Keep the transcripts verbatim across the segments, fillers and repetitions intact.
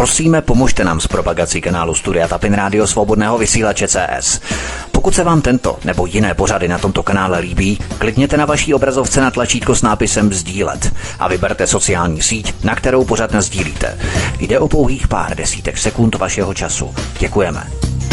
Prosíme, pomožte nám s propagací kanálu Studia Tapin Rádio Svobodného vysílače C S. Pokud se vám tento nebo jiné pořady na tomto kanále líbí, klikněte na vaší obrazovce na tlačítko s nápisem sdílet a vyberte sociální síť, na kterou pořad nasdílíte. Jde o pouhých pár desítek sekund vašeho času. Děkujeme.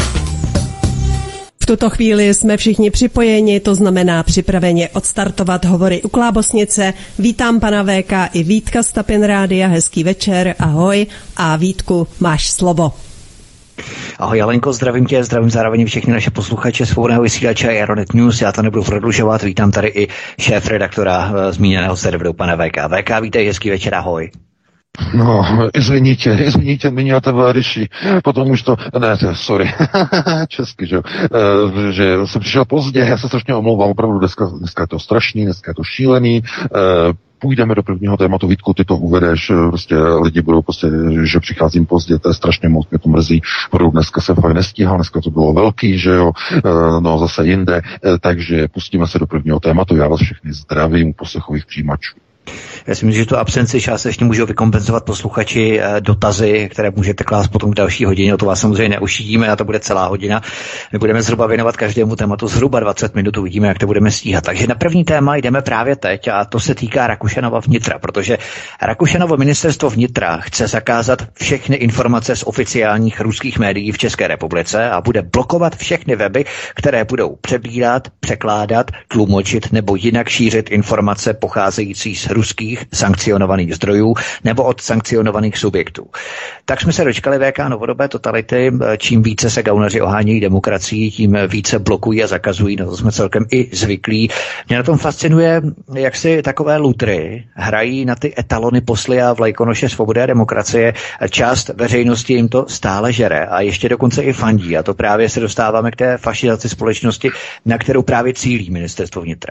V tuto chvíli jsme všichni připojeni, to znamená připraveni odstartovat hovory u Klábosnice. Vítám pana V K i Vítka z Tapin Rádia, hezký večer, ahoj. A Vítku, máš slovo. Ahoj Alenko, zdravím tě, zdravím zároveň všechny naše posluchače Svobodného vysílače Aeronet News. Já to nebudu prodlužovat, vítám tady i šéf-redaktora zmíněného serveru, pana V K. V K, vítej, hezký večer, ahoj. No, izviníte, izviníte, mě továriši, potom už to, ne, sorry, česky, že, že jsem přišel pozdě, já se strašně omlouvám, opravdu dneska, dneska je to strašný, dneska je to šílený, půjdeme do prvního tématu, Vítku, ty to uvedeš, prostě lidi budou prostě, že přicházím pozdě, to je strašně moc, mě to mrzí, budou dneska se fakt nestíhal, dneska to bylo velký, že jo, no zase jinde, takže pustíme se do prvního tématu, já vás všechny zdravím u poslechových přijímačů. Já si myslím, že tu absenci částečně můžou vykompenzovat posluchači dotazy, které můžete klást potom v další hodině. O to vás samozřejmě neušidíme a to bude celá hodina. My budeme zhruba věnovat každému tématu zhruba dvacet minut, uvidíme, jak to budeme stíhat. Takže na první téma jdeme právě teď a to se týká Rakušanova vnitra, protože Rakušanovo ministerstvo vnitra chce zakázat všechny informace z oficiálních ruských médií v České republice a bude blokovat všechny weby, které budou přebírat, překládat, tlumočit nebo jinak šířit informace pocházející z ruských sankcionovaných zdrojů nebo od sankcionovaných subjektů. Tak jsme se dočkali V K novodobé totality, čím více se gauneři ohánějí demokracií, tím více blokují a zakazují, na to jsme celkem i zvyklí. Mě na tom fascinuje, jak si takové lutry hrají na ty etalony posly a vlajkonoše svobody a demokracie. Část veřejnosti jim to stále žere a ještě dokonce i fandí a to právě se dostáváme k té fašizaci společnosti, na kterou právě cílí ministerstvo vnitra.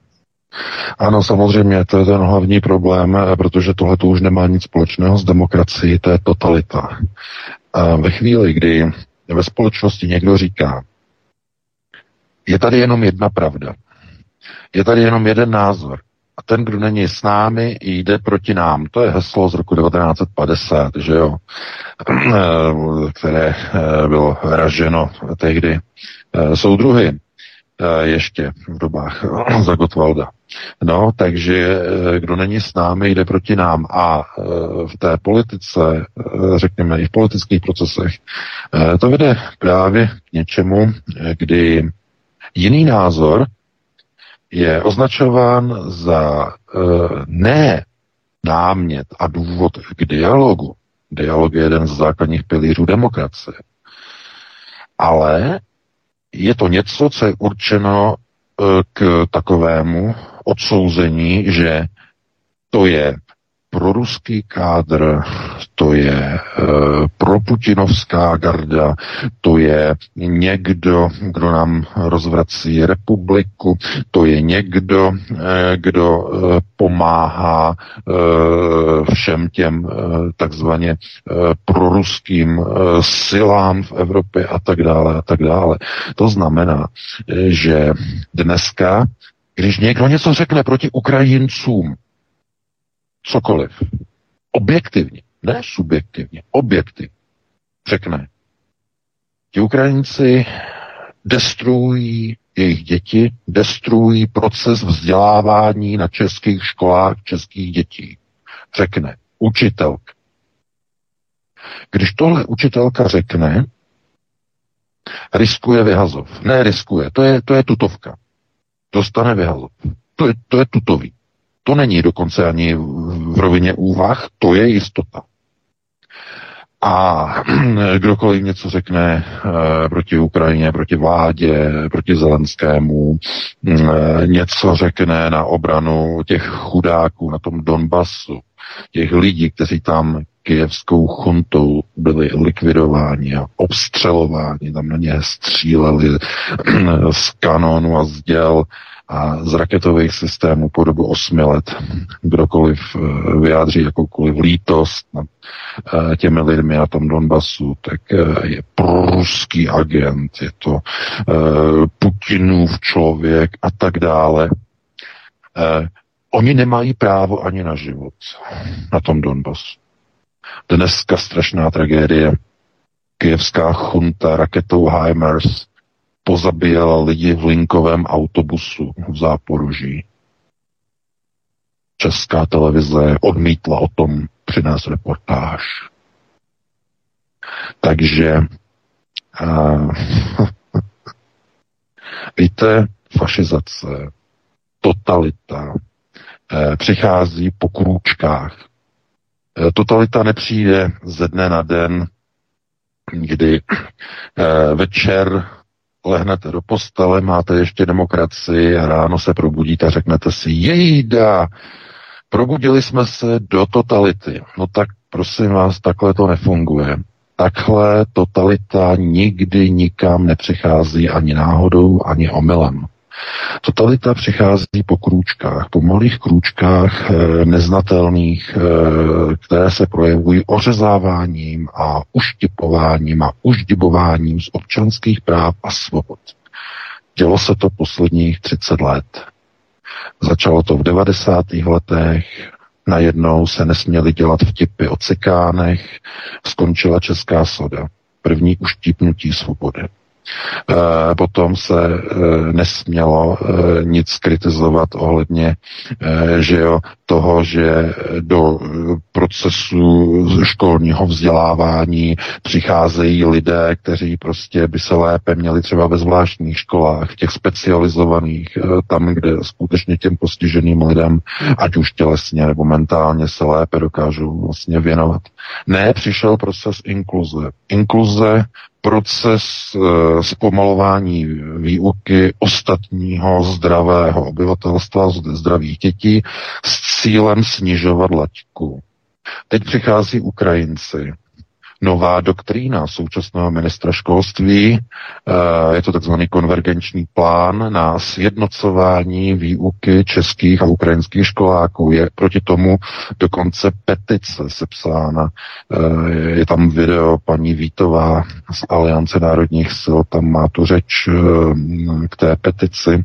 Ano, samozřejmě, to je ten hlavní problém, protože tohle to už nemá nic společného s demokracií, to je totalita. A ve chvíli, kdy ve společnosti někdo říká, je tady jenom jedna pravda, je tady jenom jeden názor a ten, kdo není s námi, jde proti nám. To je heslo z roku devatenáct set padesát, že jo, které bylo raženo tehdy soudruhy ještě v dobách za Gottwalda. No, takže kdo není s námi, jde proti nám. A v té politice, řekněme i v politických procesech, to vede právě k něčemu, kdy jiný názor je označován za ne námět a důvod k dialogu. Dialog je jeden z základních pilířů demokracie. Ale je to něco, co je určeno k takovému odsouzení, že to je proruský kádr, to je e, proputinovská garda, to je někdo, kdo nám rozvrací republiku, to je někdo, e, kdo e, pomáhá e, všem těm e, takzvaně e, proruským e, silám v Evropě a tak dále a tak dále. To znamená, e, že dneska, když někdo něco řekne proti Ukrajincům, cokoliv, objektivně, ne subjektivně, objektivně, řekne, ti Ukrajinci destruují jejich děti, destruují proces vzdělávání na českých školách českých dětí. Řekne učitelka. Když tohle učitelka řekne, riskuje vyhazov. Ne riskuje, to je, to je tutovka. Dostane vyhazov. To je, to je tutový. To není dokonce ani v rovině úvah, to je jistota. A kdokoliv něco řekne e, proti Ukrajině, proti vládě, proti Zelenskému, e, něco řekne na obranu těch chudáků na tom Donbasu, těch lidí, kteří tam kyjevskou chuntou byli likvidováni a obstřelováni, tam na ně stříleli z kanonu a z děl a z raketových systémů po dobu osmi let. Kdokoliv vyjádří jakoukoliv lítost nad těmi lidmi na tom Donbasu, tak je proruský agent, je to uh, Putinův člověk a tak dále. Uh, oni nemají právo ani na život na tom Donbasu. Dneska strašná tragédie. Kyjevská chunta raketou HIMARS pozabíjela lidi v linkovém autobusu v Záporoží. Česká televize odmítla o tom přinést reportáž. Takže uh, víte, fašizace, totalita eh, přichází po krůčkách. Eh, totalita nepřijde ze dne na den, kdy eh, večer lehnete do postele, máte ještě demokracii a ráno se probudíte a řeknete si, jejda, probudili jsme se do totality. No tak prosím vás, takhle to nefunguje. Takhle totalita nikdy nikam nepřichází ani náhodou, ani omylem. Totalita přichází po krůčkách, po malých krůčkách e, neznatelných, e, které se projevují ořezáváním a uštipováním a uždibováním z občanských práv a svobod. Dělo se to posledních třicet let. Začalo to v devadesátých letech, najednou se nesměly dělat vtipy o cikánech, skončila česká soda. První uštípnutí svobody. E, potom se e, nesmělo e, nic kritizovat ohledně e, že jo, toho, že do procesu školního vzdělávání přicházejí lidé, kteří prostě by se lépe měli třeba ve zvláštních školách, v těch specializovaných, e, tam, kde skutečně těm postiženým lidem, ať už tělesně nebo mentálně, se lépe dokážou vlastně věnovat. Ne, přišel proces inkluze. Inkluze proces e, zpomalování výuky ostatního zdravého obyvatelstva, zdravých dětí s cílem snižovat laťku. Teď přichází Ukrajinci. Nová doktrína současného ministra školství, je to takzvaný konvergenční plán na sjednocování výuky českých a ukrajinských školáků. Je proti tomu dokonce petice sepsána. Je tam video paní Vítová z Aliance národních sil, tam má tu řeč k té petici.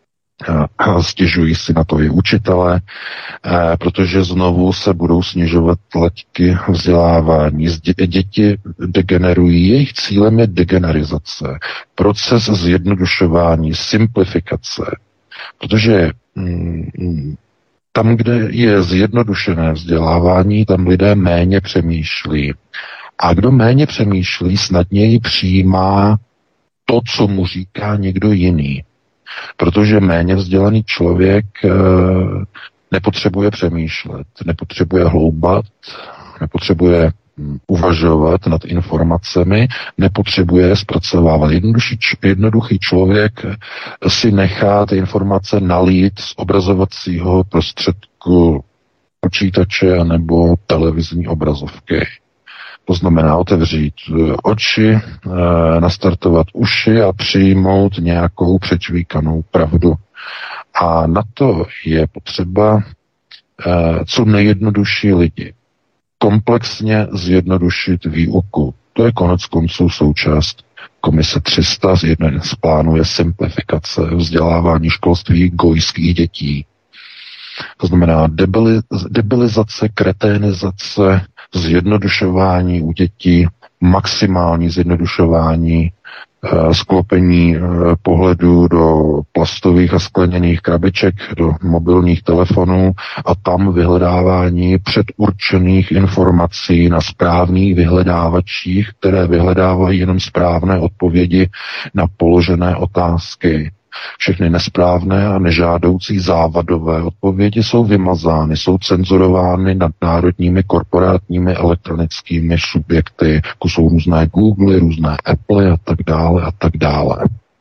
Stěžují si na to i učitelé, protože znovu se budou snižovat laťky vzdělávání. Děti degenerují, jejich cílem je degenerizace, proces zjednodušování, simplifikace, protože mm, tam, kde je zjednodušené vzdělávání, tam lidé méně přemýšlí. A kdo méně přemýšlí, snadněji přijímá to, co mu říká někdo jiný. Protože méně vzdělaný člověk e, nepotřebuje přemýšlet, nepotřebuje hloubat, nepotřebuje uvažovat nad informacemi, nepotřebuje zpracovávat. Jednoduchý, jednoduchý člověk si nechá ty informace nalít z obrazovacího prostředku počítače nebo televizní obrazovky. To znamená otevřít oči, nastartovat uši a přijmout nějakou přečvíkanou pravdu. A na to je potřeba co nejjednodušší lidi. Komplexně zjednodušit výuku. To je konec konců součást Komise tři sta, jeden z plánů je simplifikace vzdělávání školství gojských dětí. To znamená debili, debilizace, kreténizace, zjednodušování u dětí, maximální zjednodušování, e, sklopení e, pohledu do plastových a skleněných krabiček, do mobilních telefonů a tam vyhledávání předurčených informací na správných vyhledávačích, které vyhledávají jenom správné odpovědi na položené otázky. Všechny nesprávné a nežádoucí závadové odpovědi jsou vymazány, jsou cenzurovány nadnárodními korporátními elektronickými subjekty, jako jsou různé Google, různé Apple a tak dále a tak dále.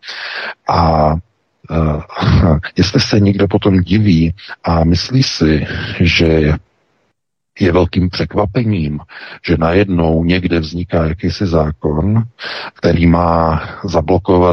A uh, jestli se někdo potom diví a myslí si, že je velkým překvapením, že najednou někde vzniká jakýsi zákon, který má zablokovat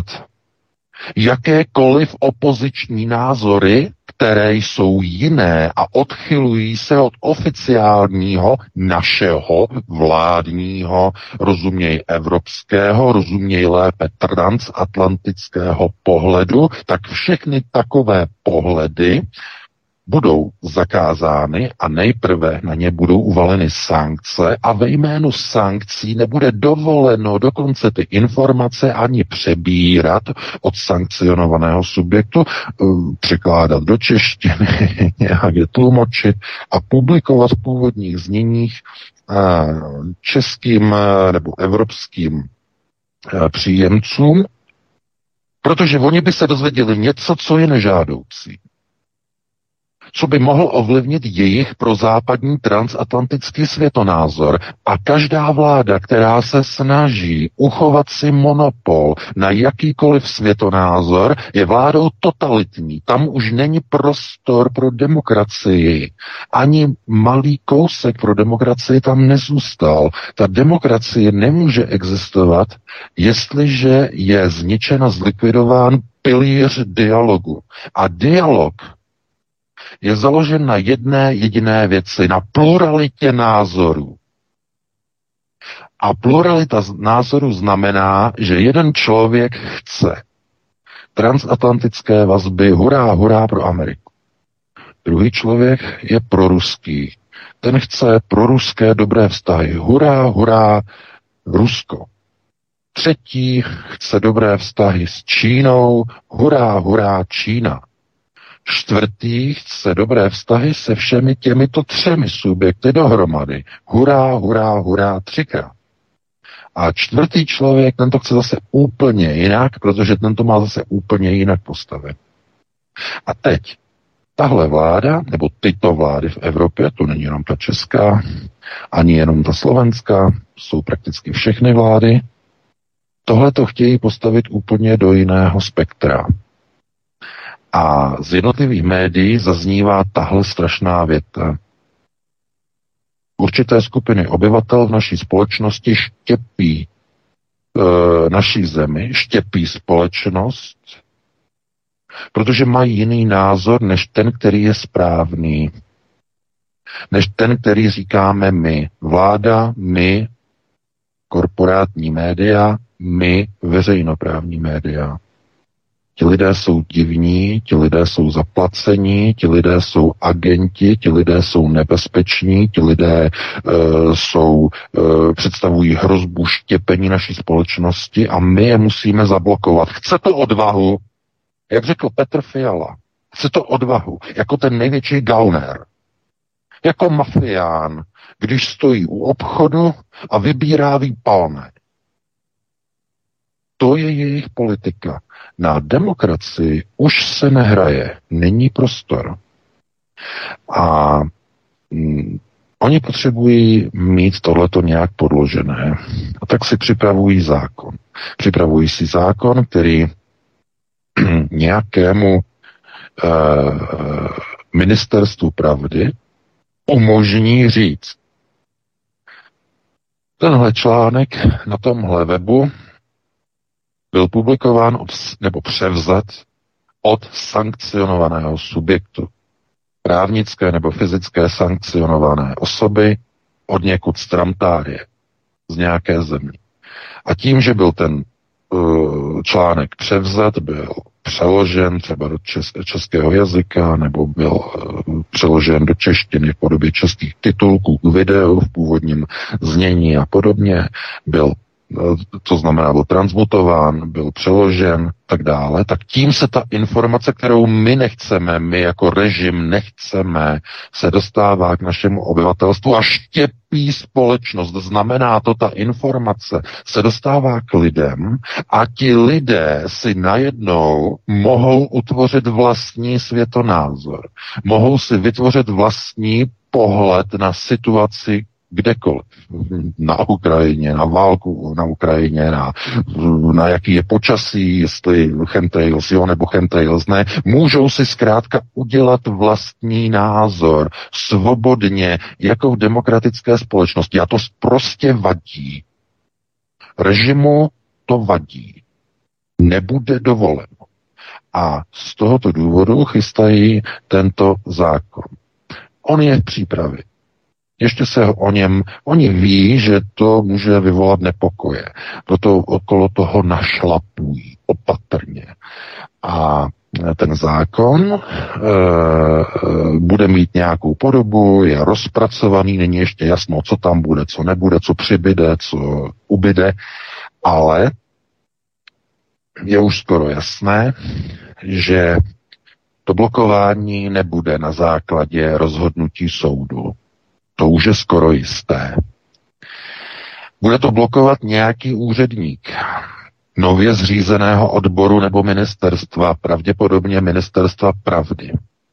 jakékoliv opoziční názory, které jsou jiné a odchylují se od oficiálního našeho vládního, rozuměj evropského, rozuměj lépe transatlantického pohledu, tak všechny takové pohledy budou zakázány a nejprve na ně budou uvaleny sankce a ve jménu sankcí nebude dovoleno dokonce ty informace ani přebírat od sankcionovaného subjektu, překládat do češtiny, nějak je tlumočit a publikovat v původních zněních českým nebo evropským příjemcům, protože oni by se dozvěděli něco, co je nežádoucí, co by mohl ovlivnit jejich prozápadní transatlantický světonázor. A každá vláda, která se snaží uchovat si monopol na jakýkoliv světonázor, je vládou totalitní. Tam už není prostor pro demokracii. Ani malý kousek pro demokracii tam nezůstal. Ta demokracie nemůže existovat, jestliže je zničen a zlikvidován pilíř dialogu. A dialog je založen na jedné jediné věci, na pluralitě názorů. A pluralita názorů znamená, že jeden člověk chce transatlantické vazby, hurá, hurá pro Ameriku. Druhý člověk je proruský. Ten chce proruské dobré vztahy. Hurá, hurá, Rusko. Třetí chce dobré vztahy s Čínou. Hurá, hurá, Čína. Čtvrtý chce dobré vztahy se všemi těmito třemi subjekty dohromady. Hurá, hurá, hurá, třikrát. A čtvrtý člověk, ten to chce zase úplně jinak, protože ten to má zase úplně jinak postavit. A teď tahle vláda, nebo tyto vlády v Evropě, to není jenom ta česká, ani jenom ta slovenská, jsou prakticky všechny vlády, tohle to chtějí postavit úplně do jiného spektra. A z jednotlivých médií zaznívá tahle strašná věta. Určité skupiny obyvatel v naší společnosti štěpí e, naší zemi, štěpí společnost, protože mají jiný názor než ten, který je správný. Než ten, který říkáme my. Vláda, my, korporátní média, my, veřejnoprávní média. Ti lidé jsou divní, ti lidé jsou zaplacení, ti lidé jsou agenti, ti lidé jsou nebezpeční, ti lidé uh, jsou, uh, představují hrozbu štěpení naší společnosti a my je musíme zablokovat. Chce to odvahu, jak řekl Petr Fiala, chce to odvahu, jako ten největší gauner, jako mafián, když stojí u obchodu a vybírá výpalné. To je jejich politika. Na demokracii už se nehraje, není prostor. A mm, oni potřebují mít tohleto nějak podložené. A tak si připravují zákon. Připravují si zákon, který nějakému eh, ministerstvu pravdy umožní říct. Tenhle článek na tomhle webu byl publikován od, nebo převzat od sankcionovaného subjektu. Právnické nebo fyzické sankcionované osoby od někud z Tramtárie, z nějaké země. A tím, že byl ten uh, článek převzat, byl přeložen třeba do čes, českého jazyka, nebo byl uh, přeložen do češtiny v podobě českých titulků, video v původním znění a podobně, byl to znamená, byl transmutován, byl přeložen, tak dále, tak tím se ta informace, kterou my nechceme, my jako režim nechceme, se dostává k našemu obyvatelstvu a štěpí společnost. Znamená to, ta informace se dostává k lidem a ti lidé si najednou mohou utvořit vlastní světonázor. Mohou si vytvořit vlastní pohled na situaci kdekoliv. Na Ukrajině, na válku na Ukrajině, na, na jaký je počasí, jestli chemtrails jo nebo chemtrails ne. Můžou si zkrátka udělat vlastní názor svobodně, jako v demokratické společnosti. A to prostě vadí. Režimu to vadí. Nebude dovoleno. A z tohoto důvodu chystají tento zákon. On je v přípravě. Ještě se o něm, oni ví, že to může vyvolat nepokoje. Proto okolo toho našlapují opatrně. A ten zákon e, bude mít nějakou podobu, je rozpracovaný, není ještě jasno, co tam bude, co nebude, co přibyde, co ubyde, ale je už skoro jasné, že to blokování nebude na základě rozhodnutí soudu. To už je skoro jisté. Bude to blokovat nějaký úředník nově zřízeného odboru nebo ministerstva, pravděpodobně ministerstva pravdy.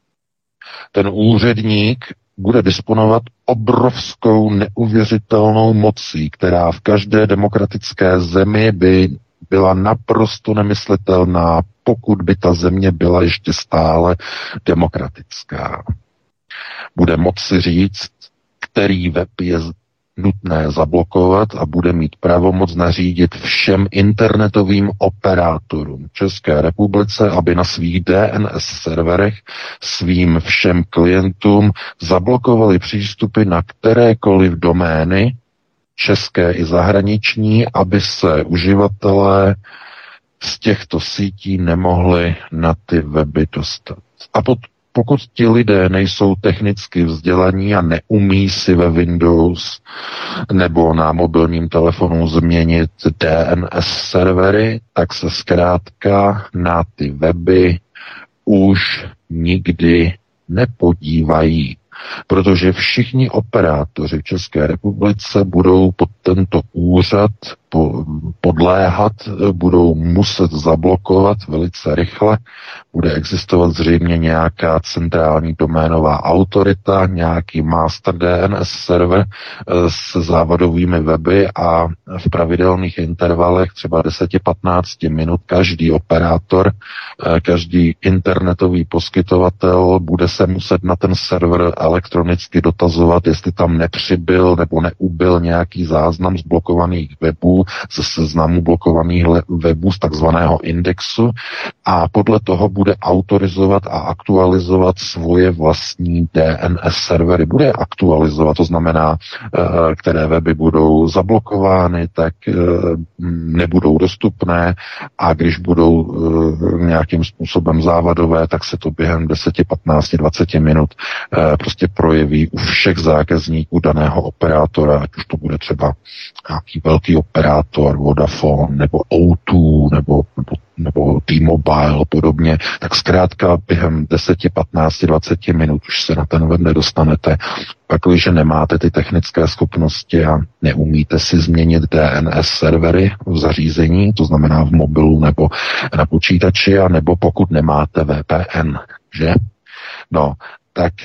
Ten úředník bude disponovat obrovskou neuvěřitelnou mocí, která v každé demokratické zemi by byla naprosto nemyslitelná, pokud by ta země byla ještě stále demokratická. Bude moci říct, který web je nutné zablokovat a bude mít pravomoc nařídit všem internetovým operátorům v České republice, aby na svých D N S serverech svým všem klientům zablokovali přístupy na kterékoliv domény, české i zahraniční, aby se uživatelé z těchto sítí nemohli na ty weby dostat. A pod Pokud ti lidé nejsou technicky vzdělaní a neumí si ve Windows nebo na mobilním telefonu změnit D N S servery, tak se zkrátka na ty weby už nikdy nepodívají. Protože všichni operátoři v České republice budou pod tento úřad podléhat, budou muset zablokovat velice rychle. Bude existovat zřejmě nějaká centrální doménová autorita, nějaký master D N S server s závadovými weby a v pravidelných intervalech třeba deset až patnáct minut každý operátor, každý internetový poskytovatel bude se muset na ten server elektronicky dotazovat, jestli tam nepřibyl nebo neubyl nějaký záznam z blokovaných webů, ze seznamu blokovaných webů z takzvaného indexu a podle toho bude autorizovat a aktualizovat svoje vlastní D N S servery. Bude aktualizovat, to znamená, které weby budou zablokovány, tak nebudou dostupné a když budou nějakým způsobem závadové, tak se to během deset, patnáct, dvacet minut prostě projeví u všech zákazníků daného operátora, ať už to bude třeba nějaký velký operátor, Vodafone, nebo O dva, nebo, nebo, nebo T-Mobile a podobně, tak zkrátka během deset, patnáct, dvacet minut už se na ten web nedostanete. Pakliže nemáte ty technické schopnosti a neumíte si změnit D N S servery v zařízení, to znamená v mobilu nebo na počítači, a nebo pokud nemáte V P N, že? No, tak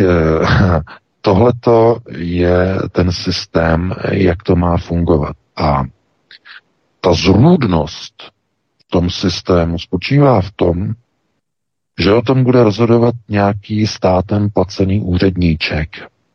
tohleto je ten systém, jak to má fungovat. A ta zrůdnost v tom systému spočívá v tom, že o tom bude rozhodovat nějaký státem placený úředníček.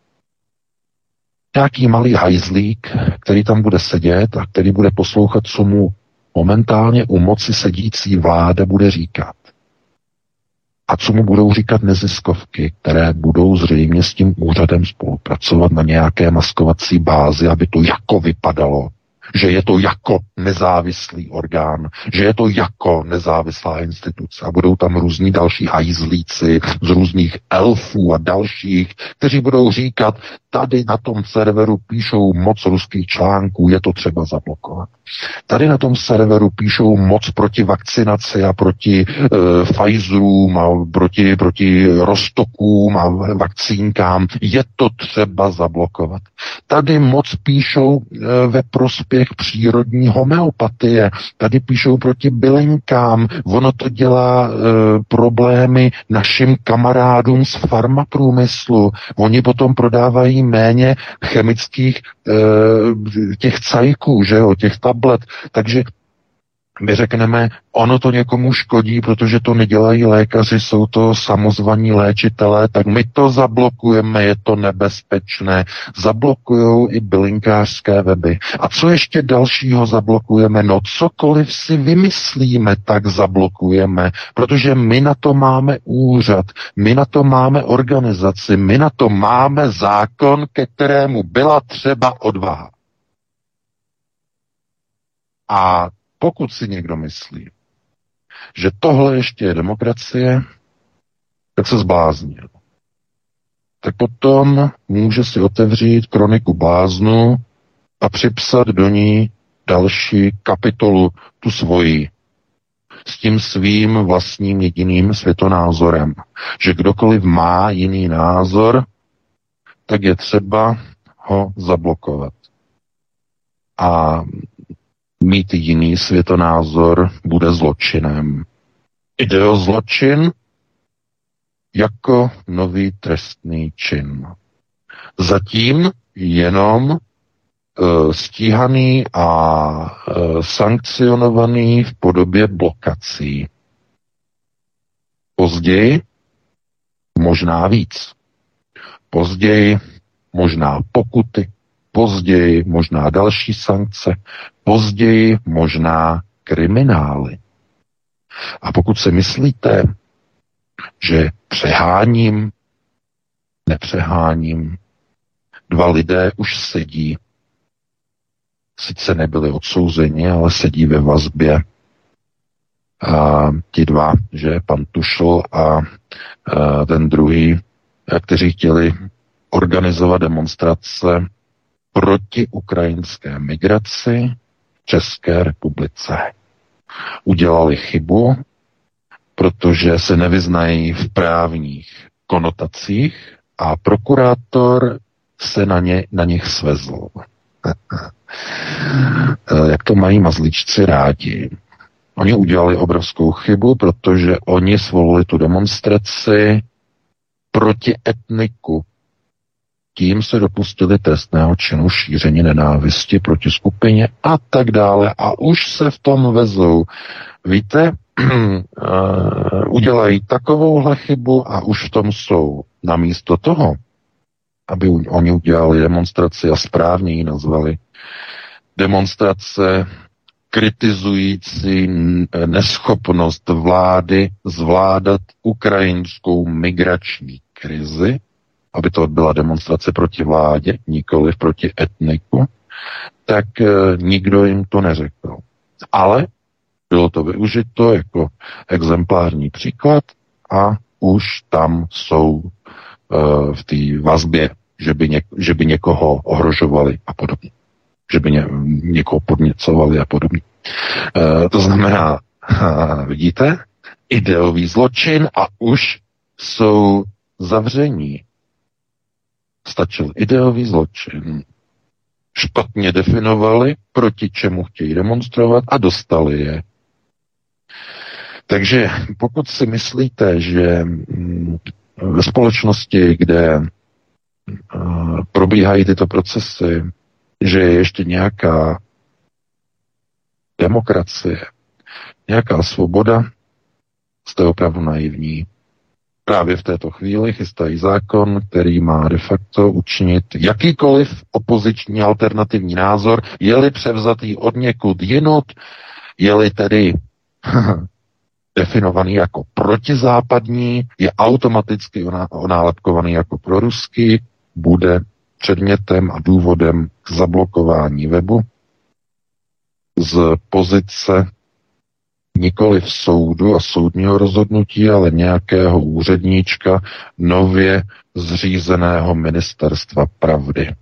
Nějaký malý hajzlík, který tam bude sedět a který bude poslouchat, co mu momentálně u moci sedící vláda bude říkat. A co mu budou říkat neziskovky, které budou zřejmě s tím úřadem spolupracovat na nějaké maskovací bázi, aby to jako vypadalo, že je to jako nezávislý orgán, že je to jako nezávislá instituce a budou tam různí další hajzlíci z různých elfů a dalších, kteří budou říkat, tady na tom serveru píšou moc ruských článků, je to třeba zablokovat. Tady na tom serveru píšou moc proti vakcinaci a proti e, Pfizerům a proti, proti Rostokům a vakcínkám, je to třeba zablokovat. Tady moc píšou e, ve prospěch přírodní homeopatie, tady píšou proti bylinkám, ono to dělá e, problémy našim kamarádům z farmaprůmyslu, oni potom prodávají méně chemických e, těch cajků, že jo, těch tablet, takže My řekneme, ono to někomu škodí, protože to nedělají lékaři, jsou to samozvaní léčitelé, tak my to zablokujeme, je to nebezpečné. Zablokujou i bylinkářské weby. A co ještě dalšího zablokujeme? No cokoliv si vymyslíme, tak zablokujeme, protože my na to máme úřad, my na to máme organizaci, my na to máme zákon, ke kterému byla třeba odvaha. A pokud si někdo myslí, že tohle ještě je demokracie, tak se zbláznil. Tak potom může si otevřít kroniku bláznu a připsat do ní další kapitolu, tu svoji, s tím svým vlastním jediným světonázorem. Že kdokoliv má jiný názor, tak je třeba ho zablokovat. A mít jiný světonázor bude zločinem. Jde o zločin jako nový trestný čin. Zatím jenom e, stíhaný a e, sankcionovaný v podobě blokací. Později možná víc. Později možná pokuty. Později možná další sankce, později možná kriminály. A pokud si myslíte, že přeháním, nepřeháním, dva lidé už sedí, sice nebyli odsouzeni, ale sedí ve vazbě. A ti dva, že pan Tušl a, a ten druhý, kteří chtěli organizovat demonstrace proti ukrajinské migraci v České republice. Udělali chybu, protože se nevyznají v právních konotacích a prokurátor se na, ně, na nich svezl. Jak to mají mazlíčci rádi. Oni udělali obrovskou chybu, protože oni svolili tu demonstraci proti etniku. Tím se dopustili trestného činu šíření nenávisti proti skupině a tak dále. A už se v tom vezou. Víte, udělají takovouhle chybu a už v tom jsou. Namísto toho, aby oni udělali demonstraci a správně ji nazvali, demonstrace kritizující neschopnost vlády zvládat ukrajinskou migrační krizi, aby to byla demonstrace proti vládě, nikoliv proti etniku, tak e, nikdo jim to neřekl. Ale bylo to využito jako exemplární příklad a už tam jsou e, v té vazbě, že by, něk, že by někoho ohrožovali a podobně. Že by ně, někoho podněcovali a podobně. E, to znamená, a, vidíte, ideový zločin a už jsou zavření. Stačil ideový zločin. Špatně definovali, proti čemu chtějí demonstrovat a dostali je. Takže pokud si myslíte, že ve společnosti, kde probíhají tyto procesy, že je ještě nějaká demokracie, nějaká svoboda, jste opravdu naivní. Právě v této chvíli chystají zákon, který má de facto učinit jakýkoliv opoziční alternativní názor, je-li převzatý od někud jinut, je-li tedy definovaný jako protizápadní, je automaticky onálepkovaný jako proruský, bude předmětem a důvodem k zablokování webu z pozice nikoli v soudu a soudního rozhodnutí, ale nějakého úředníčka nově zřízeného ministerstva pravdy.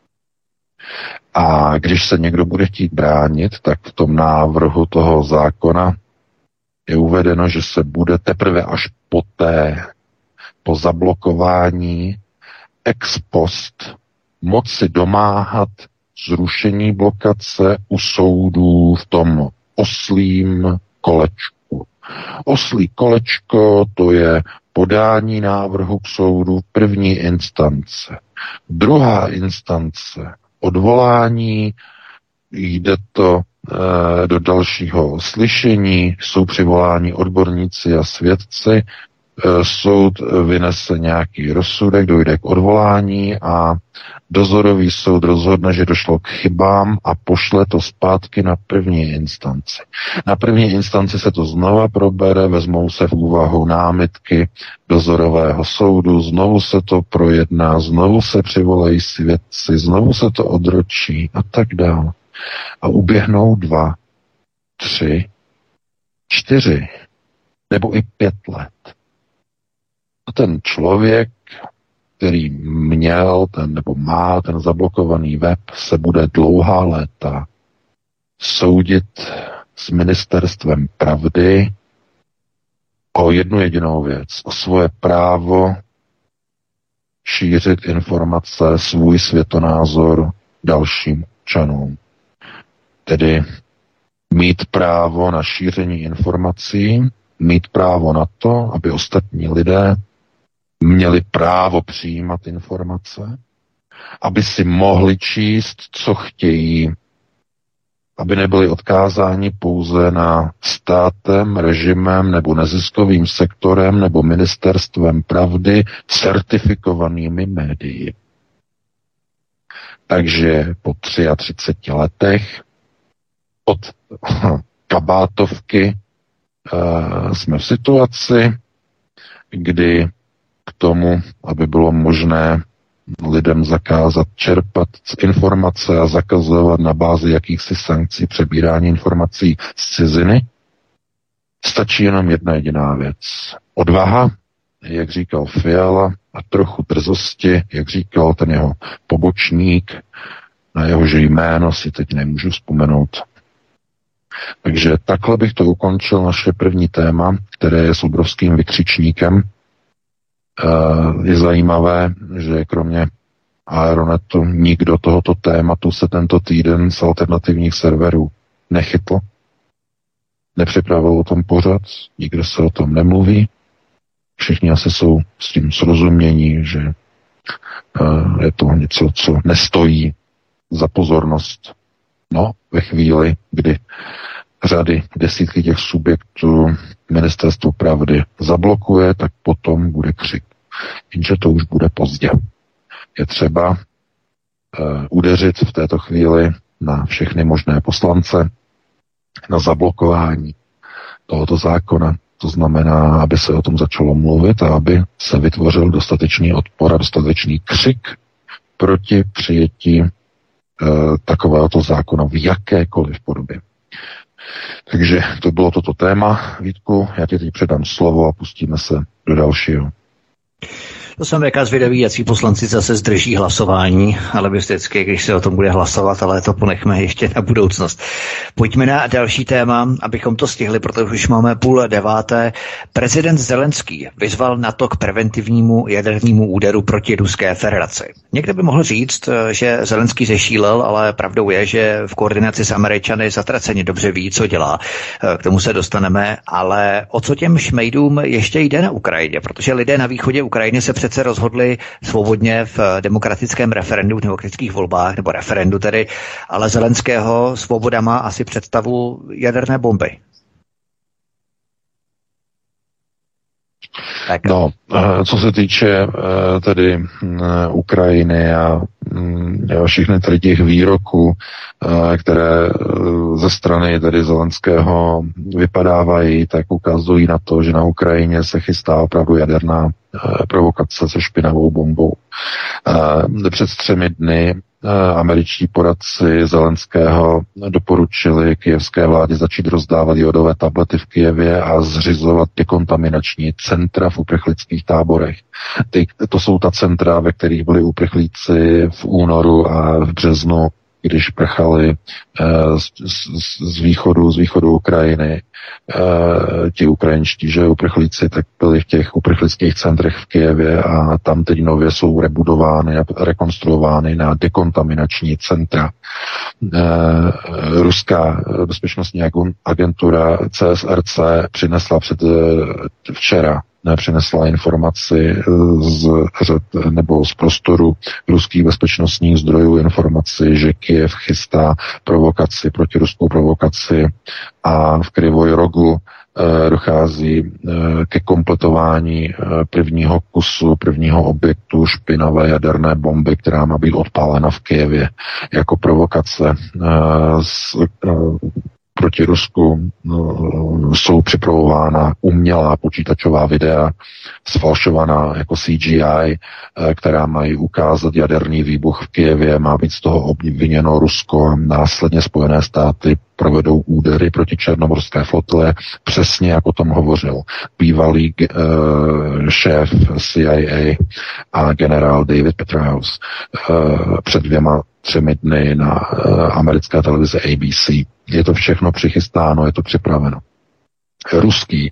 A když se někdo bude chtít bránit, tak v tom návrhu toho zákona je uvedeno, že se bude teprve až poté, po zablokování ex post moci domáhat zrušení blokace u soudů v tom oslím kolečku. Oslí kolečko, to je podání návrhu k soudu první instance. Druhá instance, odvolání, jde to do dalšího slyšení, jsou přivoláni odborníci a svědci, soud vynese nějaký rozsudek, dojde k odvolání a dozorový soud rozhodne, že došlo k chybám a pošle to zpátky na první instanci. Na první instanci se to znova probere, vezmou se v úvahu námitky dozorového soudu, znovu se to projedná, znovu se přivolají svědci, znovu se to odročí a tak dále. A uběhnou dva, tři, čtyři nebo i pět let. A ten člověk, který měl ten nebo má ten zablokovaný web, se bude dlouhá léta soudit s ministerstvem pravdy o jednu jedinou věc, o svoje právo šířit informace, svůj světonázor dalším občanům. Tedy mít právo na šíření informací, mít právo na to, aby ostatní lidé měli právo přijímat informace, aby si mohli číst, co chtějí, aby nebyli odkázáni pouze na státem, režimem nebo neziskovým sektorem nebo ministerstvem pravdy certifikovanými médii. Takže po třiatřiceti letech od kabátovky uh, jsme v situaci, kdy k tomu, aby bylo možné lidem zakázat čerpat informace a zakazovat na bázi jakýchsi sankcí přebírání informací z ciziny, stačí jenom jedna jediná věc. Odvaha, jak říkal Fiala, a trochu drzosti, jak říkal ten jeho pobočník, na jehož jméno si teď nemůžu vzpomenout. Takže takhle bych to ukončil naše první téma, které je s obrovským vykřičníkem. Je zajímavé, že kromě Aeronetu nikdo tohoto tématu se tento týden z alternativních serverů nechytl. Nepřipravil o tom pořad, nikdo se o tom nemluví. Všichni asi jsou s tím srozumění, že je to něco, co nestojí za pozornost. No, ve chvíli, kdy řady, desítky těch subjektů ministerstvo pravdy zablokuje, tak potom bude křik. Jenže to už bude pozdě. Je třeba uh, udeřit v této chvíli na všechny možné poslance na zablokování tohoto zákona. To znamená, aby se o tom začalo mluvit a aby se vytvořil dostatečný odpor a dostatečný křik proti přijetí uh, takovéhoto zákona v jakékoliv podobě. Takže to bylo toto téma. Vítku, já ti teď předám slovo a pustíme se do dalšího. To jsem jaká zvědavý, jací poslanci zase zdrží hlasování, ale vždycky, když se o tom bude hlasovat, ale to ponechme ještě na budoucnost. Pojďme na další téma, abychom to stihli, protože už máme půl deváté. Prezident Zelenský vyzval NATO k preventivnímu jadernému úderu proti Ruské federaci. Někdo by mohl říct, že Zelenský zešílel, ale pravdou je, že v koordinaci s Američany zatraceně dobře ví, co dělá. K tomu se dostaneme, ale o co těm šmejdům ještě jde na Ukrajině, protože lidé na východě Ukrajiny se přece rozhodli svobodně v demokratickém referendu, v demokratických volbách, nebo referendu tedy, ale Zelenského svoboda má asi představu jaderné bomby. Tak. No, co se týče tedy Ukrajiny a všechny tady těch výroků, které ze strany tedy Zelenského vypadávají, tak ukazují na to, že na Ukrajině se chystá opravdu jaderná provokace se špinavou bombou. Před třemi dny američtí poradci Zelenského doporučili kyjevské vládě začít rozdávat jodové tablety v Kyjevě a zřizovat dekontaminační centra v uprchlických táborech. Ty, to jsou ta centra, ve kterých byli uprchlíci v únoru a v březnu, když prchali uh, z, z, z východu, z východu Ukrajiny. Uh, ti ukrajinští, že uprchlíci, tak byli v těch uprchlických centrech v Kyjevě a tam teď nově jsou rebudovány a rekonstruovány na dekontaminační centra. Uh, ruská bezpečnostní agentura C S R C přinesla před uh, včera přinesla informaci z řad nebo z prostoru ruských bezpečnostních zdrojů informaci, že Kyjev chystá provokaci, protiruskou provokaci a v Krivoj-Rogu dochází ke kompletování prvního kusu, prvního objektu špinavé jaderné bomby, která má být odpálena v Kyjevě jako provokace s proti Rusku jsou připravována umělá počítačová videa, sfalšovaná jako C G I, která mají ukázat jaderný výbuch v Kyjevě, má být z toho obviněno Rusko a následně Spojené státy provedou údery proti černomorské flotile, přesně jako o tom hovořil bývalý uh, šéf C I A a generál David Petraeus uh, před dvěma třemi dny na uh, americké televizi A B C. Je to všechno přichystáno, je to připraveno. Ruský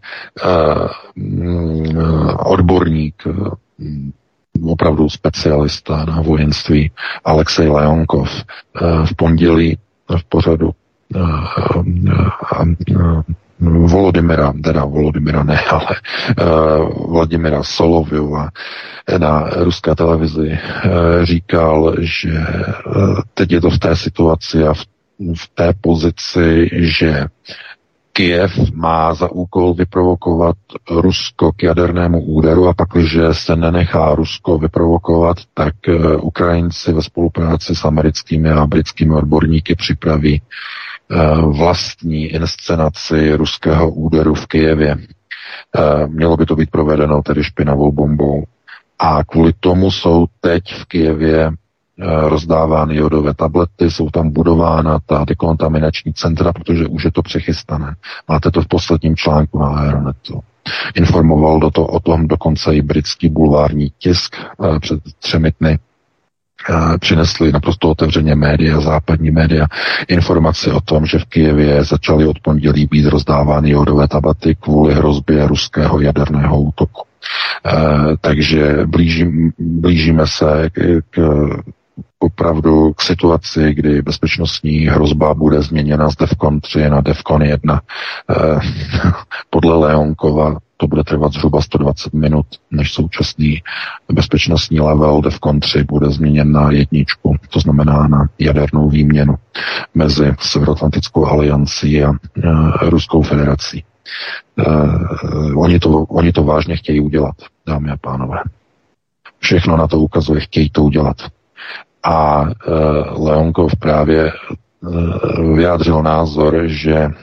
uh, odborník, uh, opravdu specialista na vojenství Alexej Leonkov uh, v pondělí v pořadu uh, uh, uh, Volodymyra, teda Volodymyra ne, ale uh, Vladimira Solovyova na ruské televizi uh, říkal, že uh, teď je to v té situaci a v, v té pozici, že Kyjev má za úkol vyprovokovat Rusko k jadernému úderu a pak, když se nenechá Rusko vyprovokovat, tak uh, Ukrajinci ve spolupráci s americkými a britskými odborníky připraví vlastní inscenaci ruského úderu v Kyjevě. Mělo by to být provedeno tedy špinavou bombou. A kvůli tomu jsou teď v Kyjevě rozdávány jodové tablety, jsou tam budována ta dekontaminační centra, protože už je to přechystané. Máte to v posledním článku na Aeronetu. Informoval do to, o tom dokonce i britský bulvární tisk před třemi dny. Přinesli naprosto otevřeně média, západní média, informaci o tom, že v Kyjevě začaly od pondělí být rozdávány jodové tablety kvůli hrozbě ruského jaderného útoku. E, takže blíží, blížíme se k, k opravdu k situaci, kdy bezpečnostní hrozba bude změněna z DEFCON tři na DEFCON jedna. E, podle Leonkova to bude trvat zhruba sto dvacet minut, než současný bezpečnostní level DEFCON tři bude změněn na jedničku, to znamená na jadernou výměnu mezi Severoatlantickou aliancí a e, Ruskou federací. E, oni, to, oni to vážně chtějí udělat, dámy a pánové. Všechno na to ukazuje, chtějí to udělat. A e, Leonkov právě e, vyjádřil názor, že e,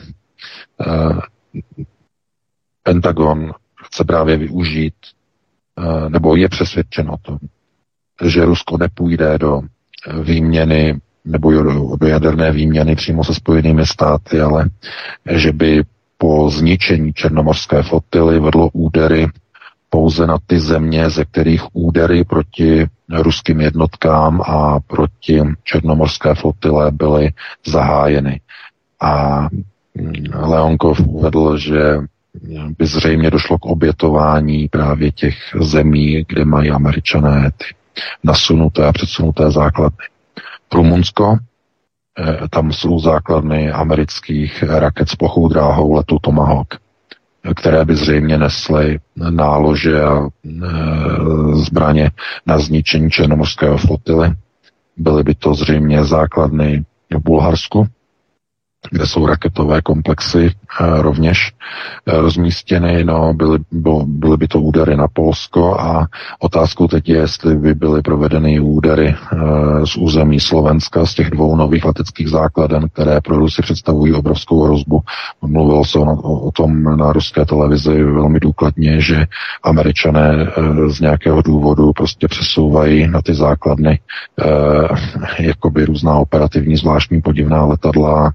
Pentagon chce právě využít, nebo je přesvědčen o tom, že Rusko nepůjde do výměny nebo do, do jaderné výměny přímo se Spojenými státy, ale že by po zničení černomorské flotily vedlo údery pouze na ty země, ze kterých údery proti ruským jednotkám a proti černomorské flotile byly zahájeny. A Leonkov uvedl, že by zřejmě došlo k obětování právě těch zemí, kde mají Američané ty nasunuté a předsunuté základny. Rumunsko, tam jsou základny amerických raket s plochou dráhou letu Tomahawk, které by zřejmě nesly nálože a zbraně na zničení černomorského flotily. Byly by to zřejmě základny v Bulharsku, kde jsou raketové komplexy e, rovněž e, rozmístěny, no, byly, bylo, byly by to údery na Polsko a otázkou teď je, jestli by byly provedeny údery e, z území Slovenska, z těch dvou nových leteckých základen, které pro Rusy představují obrovskou hrozbu. Mluvilo se o, o tom na ruské televizi velmi důkladně, že Američané e, z nějakého důvodu prostě přesouvají na ty základny e, jakoby různá operativní zvláštní podivná letadla.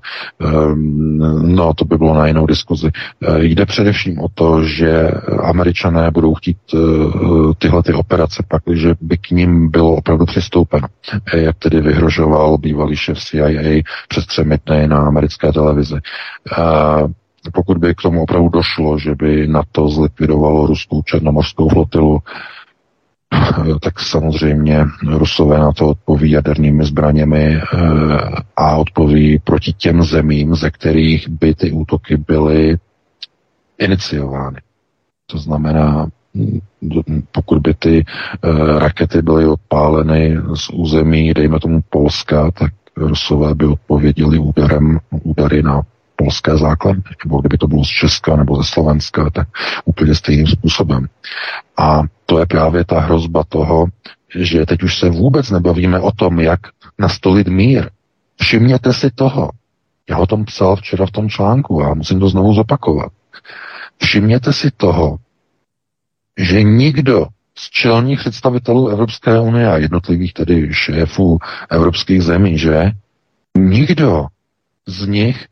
No, to by bylo na jinou diskuzi. Jde především o to, že Američané budou chtít tyhle ty operace pak, že by k ním bylo opravdu přistoupeno. Jak tedy vyhrožoval bývalý šéf C I A přes třemi dny na americké televizi. Pokud by k tomu opravdu došlo, že by NATO zlikvidovalo ruskou černomořskou flotilu, tak samozřejmě Rusové na to odpoví jadernými zbraněmi a odpoví proti těm zemím, ze kterých by ty útoky byly iniciovány. To znamená pokud by ty uh, rakety byly odpáleny z území, dejme tomu Polska, tak Rusové by odpověděli úderem, údery na polské základny, nebo kdyby to bylo z Česka nebo ze Slovenska, tak úplně stejným způsobem. A to je právě ta hrozba toho, že teď už se vůbec nebavíme o tom, jak nastolit mír. Všimněte si toho. Já o tom psal včera v tom článku a musím to znovu zopakovat. Všimněte si toho, že nikdo z čelních představitelů Evropské unie a jednotlivých tedy šéfů evropských zemí, že nikdo z nich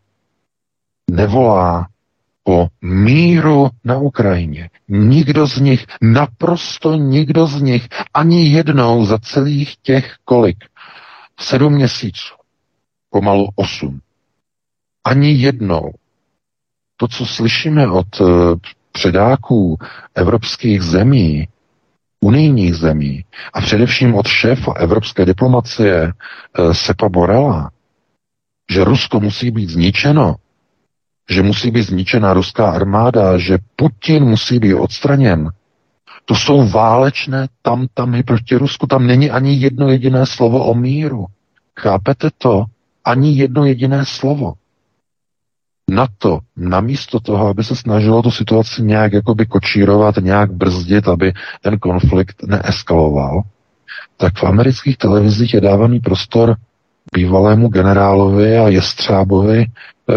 nevolá po míru na Ukrajině. Nikdo z nich, naprosto nikdo z nich, ani jednou za celých těch kolik? Sedm měsíců, pomalu osm. Ani jednou. To, co slyšíme od uh, předáků evropských zemí, unijních zemí a především od šéfa evropské diplomacie uh, Sepa Borrella, že Rusko musí být zničeno, že musí být zničena ruská armáda, že Putin musí být odstraněn. To jsou válečné tamtamy proti Rusku. Tam není ani jedno jediné slovo o míru. Chápete to? Ani jedno jediné slovo. Na to, namísto toho, aby se snažilo tu situaci nějak jakoby kočírovat, nějak brzdit, aby ten konflikt neeskaloval, tak v amerických televizích je dávaný prostor bývalému generálovi a jestřábovi e,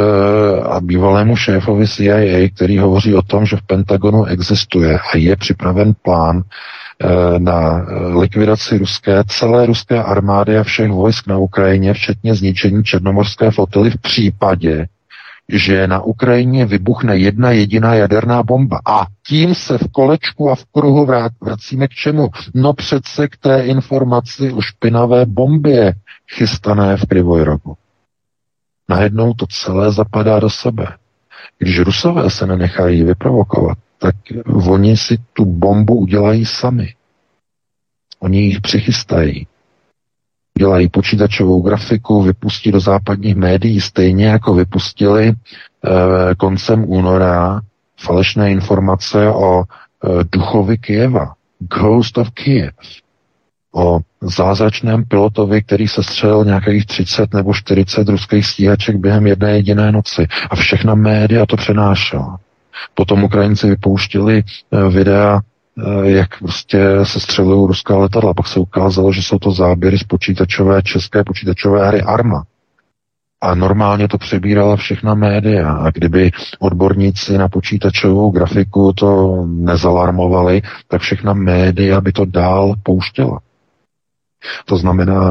a bývalému šéfovi C I A, který hovoří o tom, že v Pentagonu existuje a je připraven plán e, na likvidaci ruské, celé ruské armády a všech vojsk na Ukrajině, včetně zničení černomorské flotily v případě, že na Ukrajině vybuchne jedna jediná jaderná bomba. A tím se v kolečku a v kruhu vracíme k čemu? No přece k té informaci o špinavé bombě chystané v Krivojrogu. Najednou to celé zapadá do sebe. Když Rusové se nenechají vyprovokovat, tak oni si tu bombu udělají sami. Oni ji přichystají. Dělají počítačovou grafiku, vypustí do západních médií, stejně jako vypustili eh, koncem února falešné informace o eh, duchovi Kyjeva, Ghost of Kiev, o zázračném pilotovi, který se střelil nějakých třicet nebo čtyřicet ruských stíhaček během jedné jediné noci. A všechna média to přenášela. Potom Ukrajinci vypouštili eh, videa, jak prostě se střelují ruská letadla. Pak se ukázalo, že jsou to záběry z počítačové, české počítačové hry Arma. A normálně to přebírala všechna média. A kdyby odborníci na počítačovou grafiku to nezalarmovali, tak všechna média by to dál pouštěla. To znamená,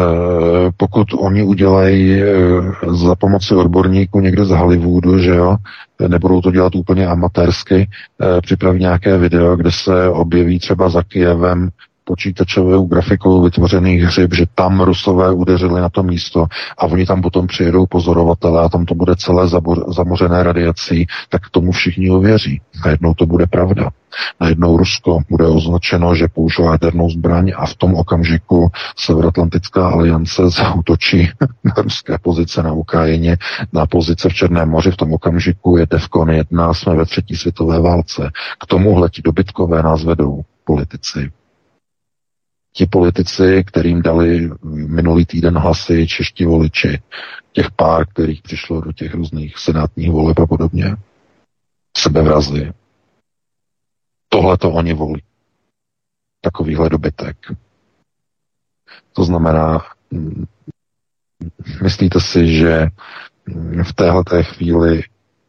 pokud oni udělají za pomoci odborníků někde z Hollywoodu, že jo, nebudou to dělat úplně amatérsky, připraví nějaké video, kde se objeví třeba za Kyjevem počítačovou grafikou vytvořených hřib, že tam Rusové udeřili na to místo a oni tam potom přijedou pozorovatele a tam to bude celé zamořené radiací, tak tomu všichni uvěří. Najednou to bude pravda. Najednou Rusko bude označeno, že použilo jadernou zbraň a v tom okamžiku Severoatlantická aliance zaútočí na ruské pozice na Ukrajině, na pozice v Černém moři. V tom okamžiku je Defcon jedna, jsme ve třetí světové válce. K tomuhle ti dobytkové nás vedou politici. Ti politici, kterým dali minulý týden hlasy čeští voliči, těch pár, kterých přišlo do těch různých senátních voleb a podobně, sebevrazy. Tohle to oni volí. Takovýhle dobytek. To znamená, myslíte si, že v téhleté chvíli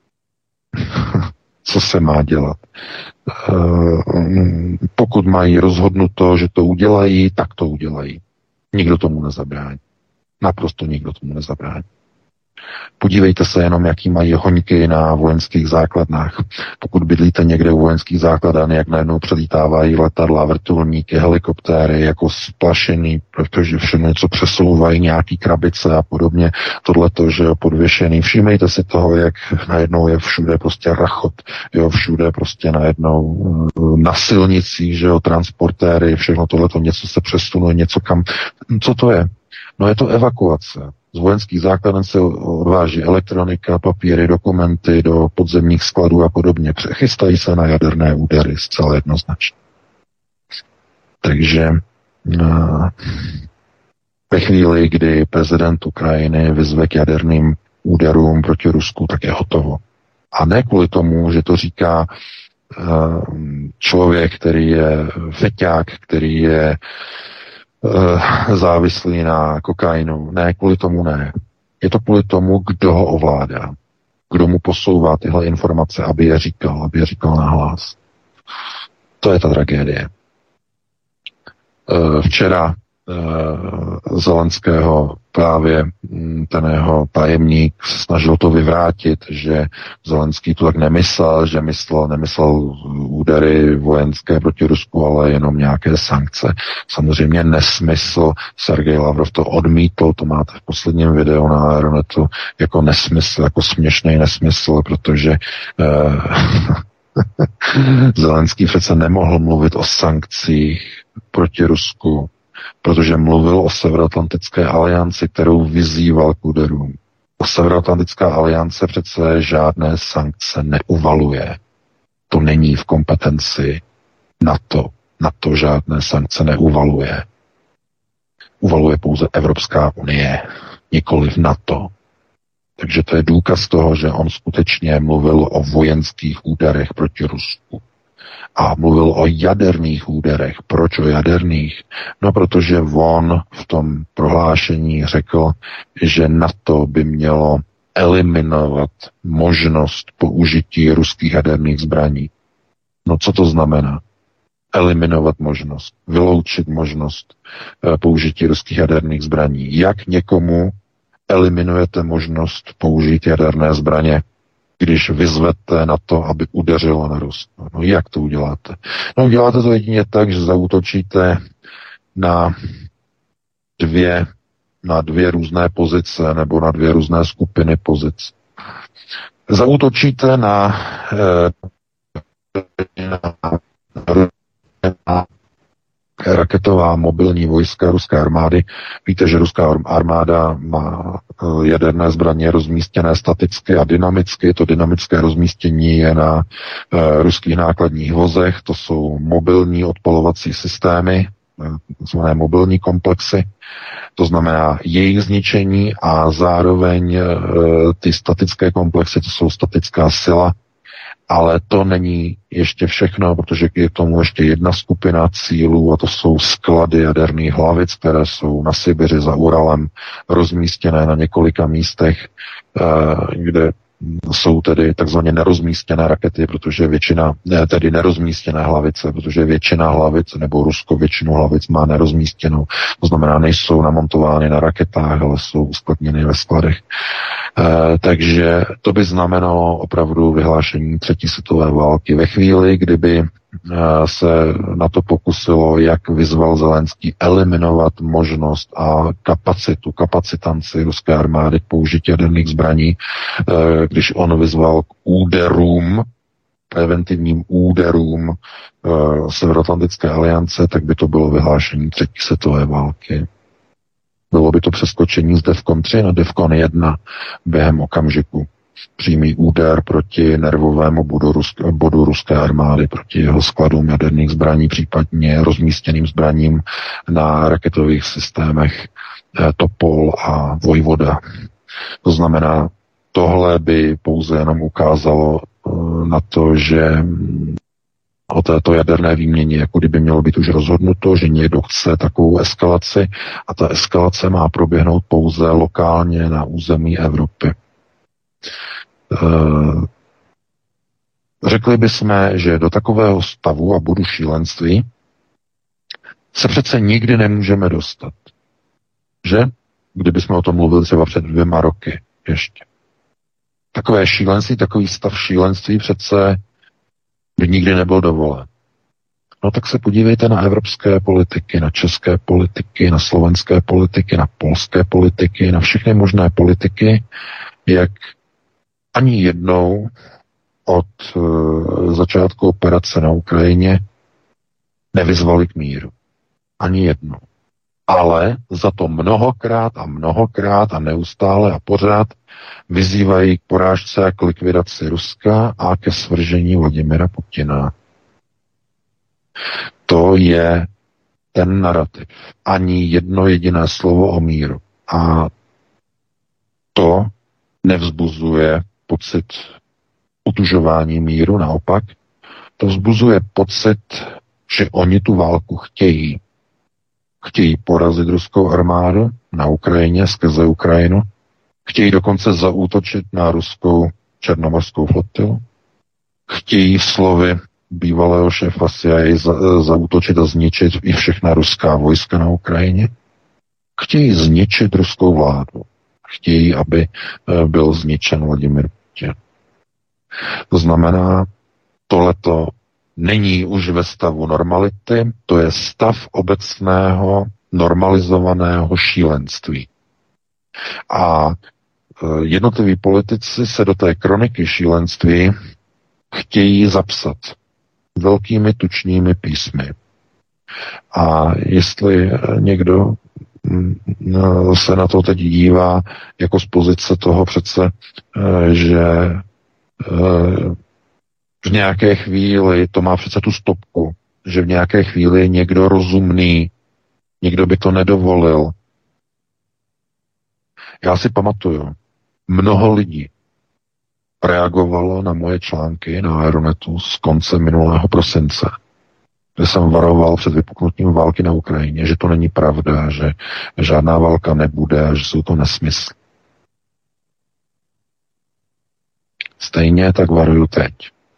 co se má dělat? Pokud mají rozhodnuto, že to udělají, tak to udělají. Nikdo tomu nezabrání. Naprosto nikdo tomu nezabrání. Podívejte se jenom, jaký mají hoňky na vojenských základnách. Pokud bydlíte někde u vojenských základen, jak najednou přelítávají letadla, vrtulníky, helikoptéry, jako splašený, protože všechno něco přesouvají, nějaký krabice a podobně. Tohleto, že jo, podvěšený. Všímejte si toho, jak najednou je všude prostě rachot, jo, všude prostě najednou na silnicích, že jo, transportéry, všechno tohleto, něco se přesunuje, něco kam. Co to je? No je to evakuace. Z vojenských základen se odváží elektronika, papíry, dokumenty do podzemních skladů a podobně. Chystají se na jaderné údery zcela jednoznačně. Takže ve chvíli, kdy prezident Ukrajiny vyzve k jaderným úderům proti Rusku, tak je hotovo. A ne kvůli tomu, že to říká člověk, který je feťák, který je závislý na kokainu. Ne, kvůli tomu ne. Je to kvůli tomu, kdo ho ovládá. Kdo mu posouvá tyhle informace, aby je říkal, aby je říkal nahlas. To je ta tragédie. Včera Zelenského právě ten jeho tajemník snažil to vyvrátit, že Zelenský to tak nemyslel, že myslel, nemyslel údery vojenské proti Rusku, ale jenom nějaké sankce. Samozřejmě nesmysl. Sergej Lavrov to odmítl, to máte v posledním videu na Aeronetu, jako nesmysl, jako směšný nesmysl, protože eh, Zelenský přece nemohl mluvit o sankcích proti Rusku, protože mluvil o Severoatlantické alianci, kterou vyzýval k úderům. O Severoatlantická aliance přece žádné sankce neuvaluje. To není v kompetenci NATO. NATO žádné sankce neuvaluje. Uvaluje pouze Evropská unie, nikoliv NATO. Takže to je důkaz toho, že on skutečně mluvil o vojenských úderech proti Rusku. A mluvil o jaderných úderech. Proč o jaderných? No, protože on v tom prohlášení řekl, že NATO by mělo eliminovat možnost použití ruských jaderných zbraní. No, co to znamená? Eliminovat možnost, vyloučit možnost e, použití ruských jaderných zbraní. Jak někomu eliminujete možnost použít jaderné zbraně, když vyzvete na to, aby udeřilo na Rusko? No jak to uděláte? No uděláte to jedině tak, že zaútočíte na dvě, na dvě různé pozice nebo na dvě různé skupiny pozic. Zaútočíte na, na, na raketová mobilní vojska ruské armády. Víte, že ruská armáda má jaderné zbraně rozmístěné staticky a dynamicky. To dynamické rozmístění je na uh, ruských nákladních vozech. To jsou mobilní odpalovací systémy, takzvané mobilní komplexy. To znamená jejich zničení a zároveň uh, ty statické komplexy, to jsou statická sila. Ale to není ještě všechno, protože je k tomu ještě jedna skupina cílů a to jsou sklady jaderných hlavic, které jsou na Sibiři za Uralem rozmístěné na několika místech, kde jsou tedy takzvaně nerozmístěné rakety, protože většina, ne, tedy nerozmístěné hlavice, protože většina hlavic, nebo Rusko většinu hlavic má nerozmístěnou. To znamená, nejsou namontovány na raketách, ale jsou uskladněny ve skladech. E, takže to by znamenalo opravdu vyhlášení třetí světové války. Ve chvíli, kdyby e, se na to pokusilo, jak vyzval Zelenský, eliminovat možnost a kapacitu, kapacitanci ruské armády k použití jaderných zbraní, e, když on vyzval k úderům, preventivním úderům e, Severoatlantické aliance, tak by to bylo vyhlášení třetí světové války. Bylo by to přeskočení z Defcon tři na Defcon jedna během okamžiku. Přímý úder proti nervovému bodu, rusk- bodu ruské armády, proti jeho skladům jaderných zbraní, případně rozmístěným zbraním na raketových systémech eh, Topol a Vojvoda. To znamená, tohle by pouze jenom ukázalo eh, na to, že o této jaderné výměně, jako kdyby mělo být už rozhodnuto, že někdo chce takovou eskalaci a ta eskalace má proběhnout pouze lokálně na území Evropy. E, řekli bychom, že do takového stavu a bodu šílenství se přece nikdy nemůžeme dostat. Že? Kdybychom o tom mluvili třeba před dvěma roky ještě. Takové šílenství, takový stav šílenství přece by nikdy nebyl dovolen. No tak se podívejte na evropské politiky, na české politiky, na slovenské politiky, na polské politiky, na všechny možné politiky, jak ani jednou od uh, začátku operace na Ukrajině nevyzvali k míru. Ani jednou. ale za to mnohokrát a mnohokrát a neustále a pořád vyzývají k porážce a k likvidaci Ruska a ke svržení Vladimira Putina. To je ten narrativ. Ani jedno jediné slovo o míru. A to nevzbuzuje pocit utužování míru, naopak. To vzbuzuje pocit, že oni tu válku chtějí. Chtějí porazit ruskou armádu na Ukrajině, skrze Ukrajinu. Chtějí dokonce zaútočit na ruskou černomořskou flotilu. Chtějí slovy bývalého šéfa C I A za, zaútočit a zničit i všechna ruská vojska na Ukrajině. Chtějí zničit ruskou vládu. Chtějí, aby byl zničen Vladimir Putin. To znamená, tohleto není už ve stavu normality, to je stav obecného normalizovaného šílenství. A jednotliví politici se do té kroniky šílenství chtějí zapsat velkými tučnými písmy. A jestli někdo se na to teď dívá jako z pozice toho přece, že v nějaké chvíli, to má přece tu stopku, že v nějaké chvíli je někdo rozumný, někdo by to nedovolil. Já si pamatuju, mnoho lidí reagovalo na moje články na Aeronetu z konce minulého prosince, kde jsem varoval před vypuknutím války na Ukrajině, že to není pravda, že žádná válka nebude a že jsou to nesmysly. Stejně tak varuju teď.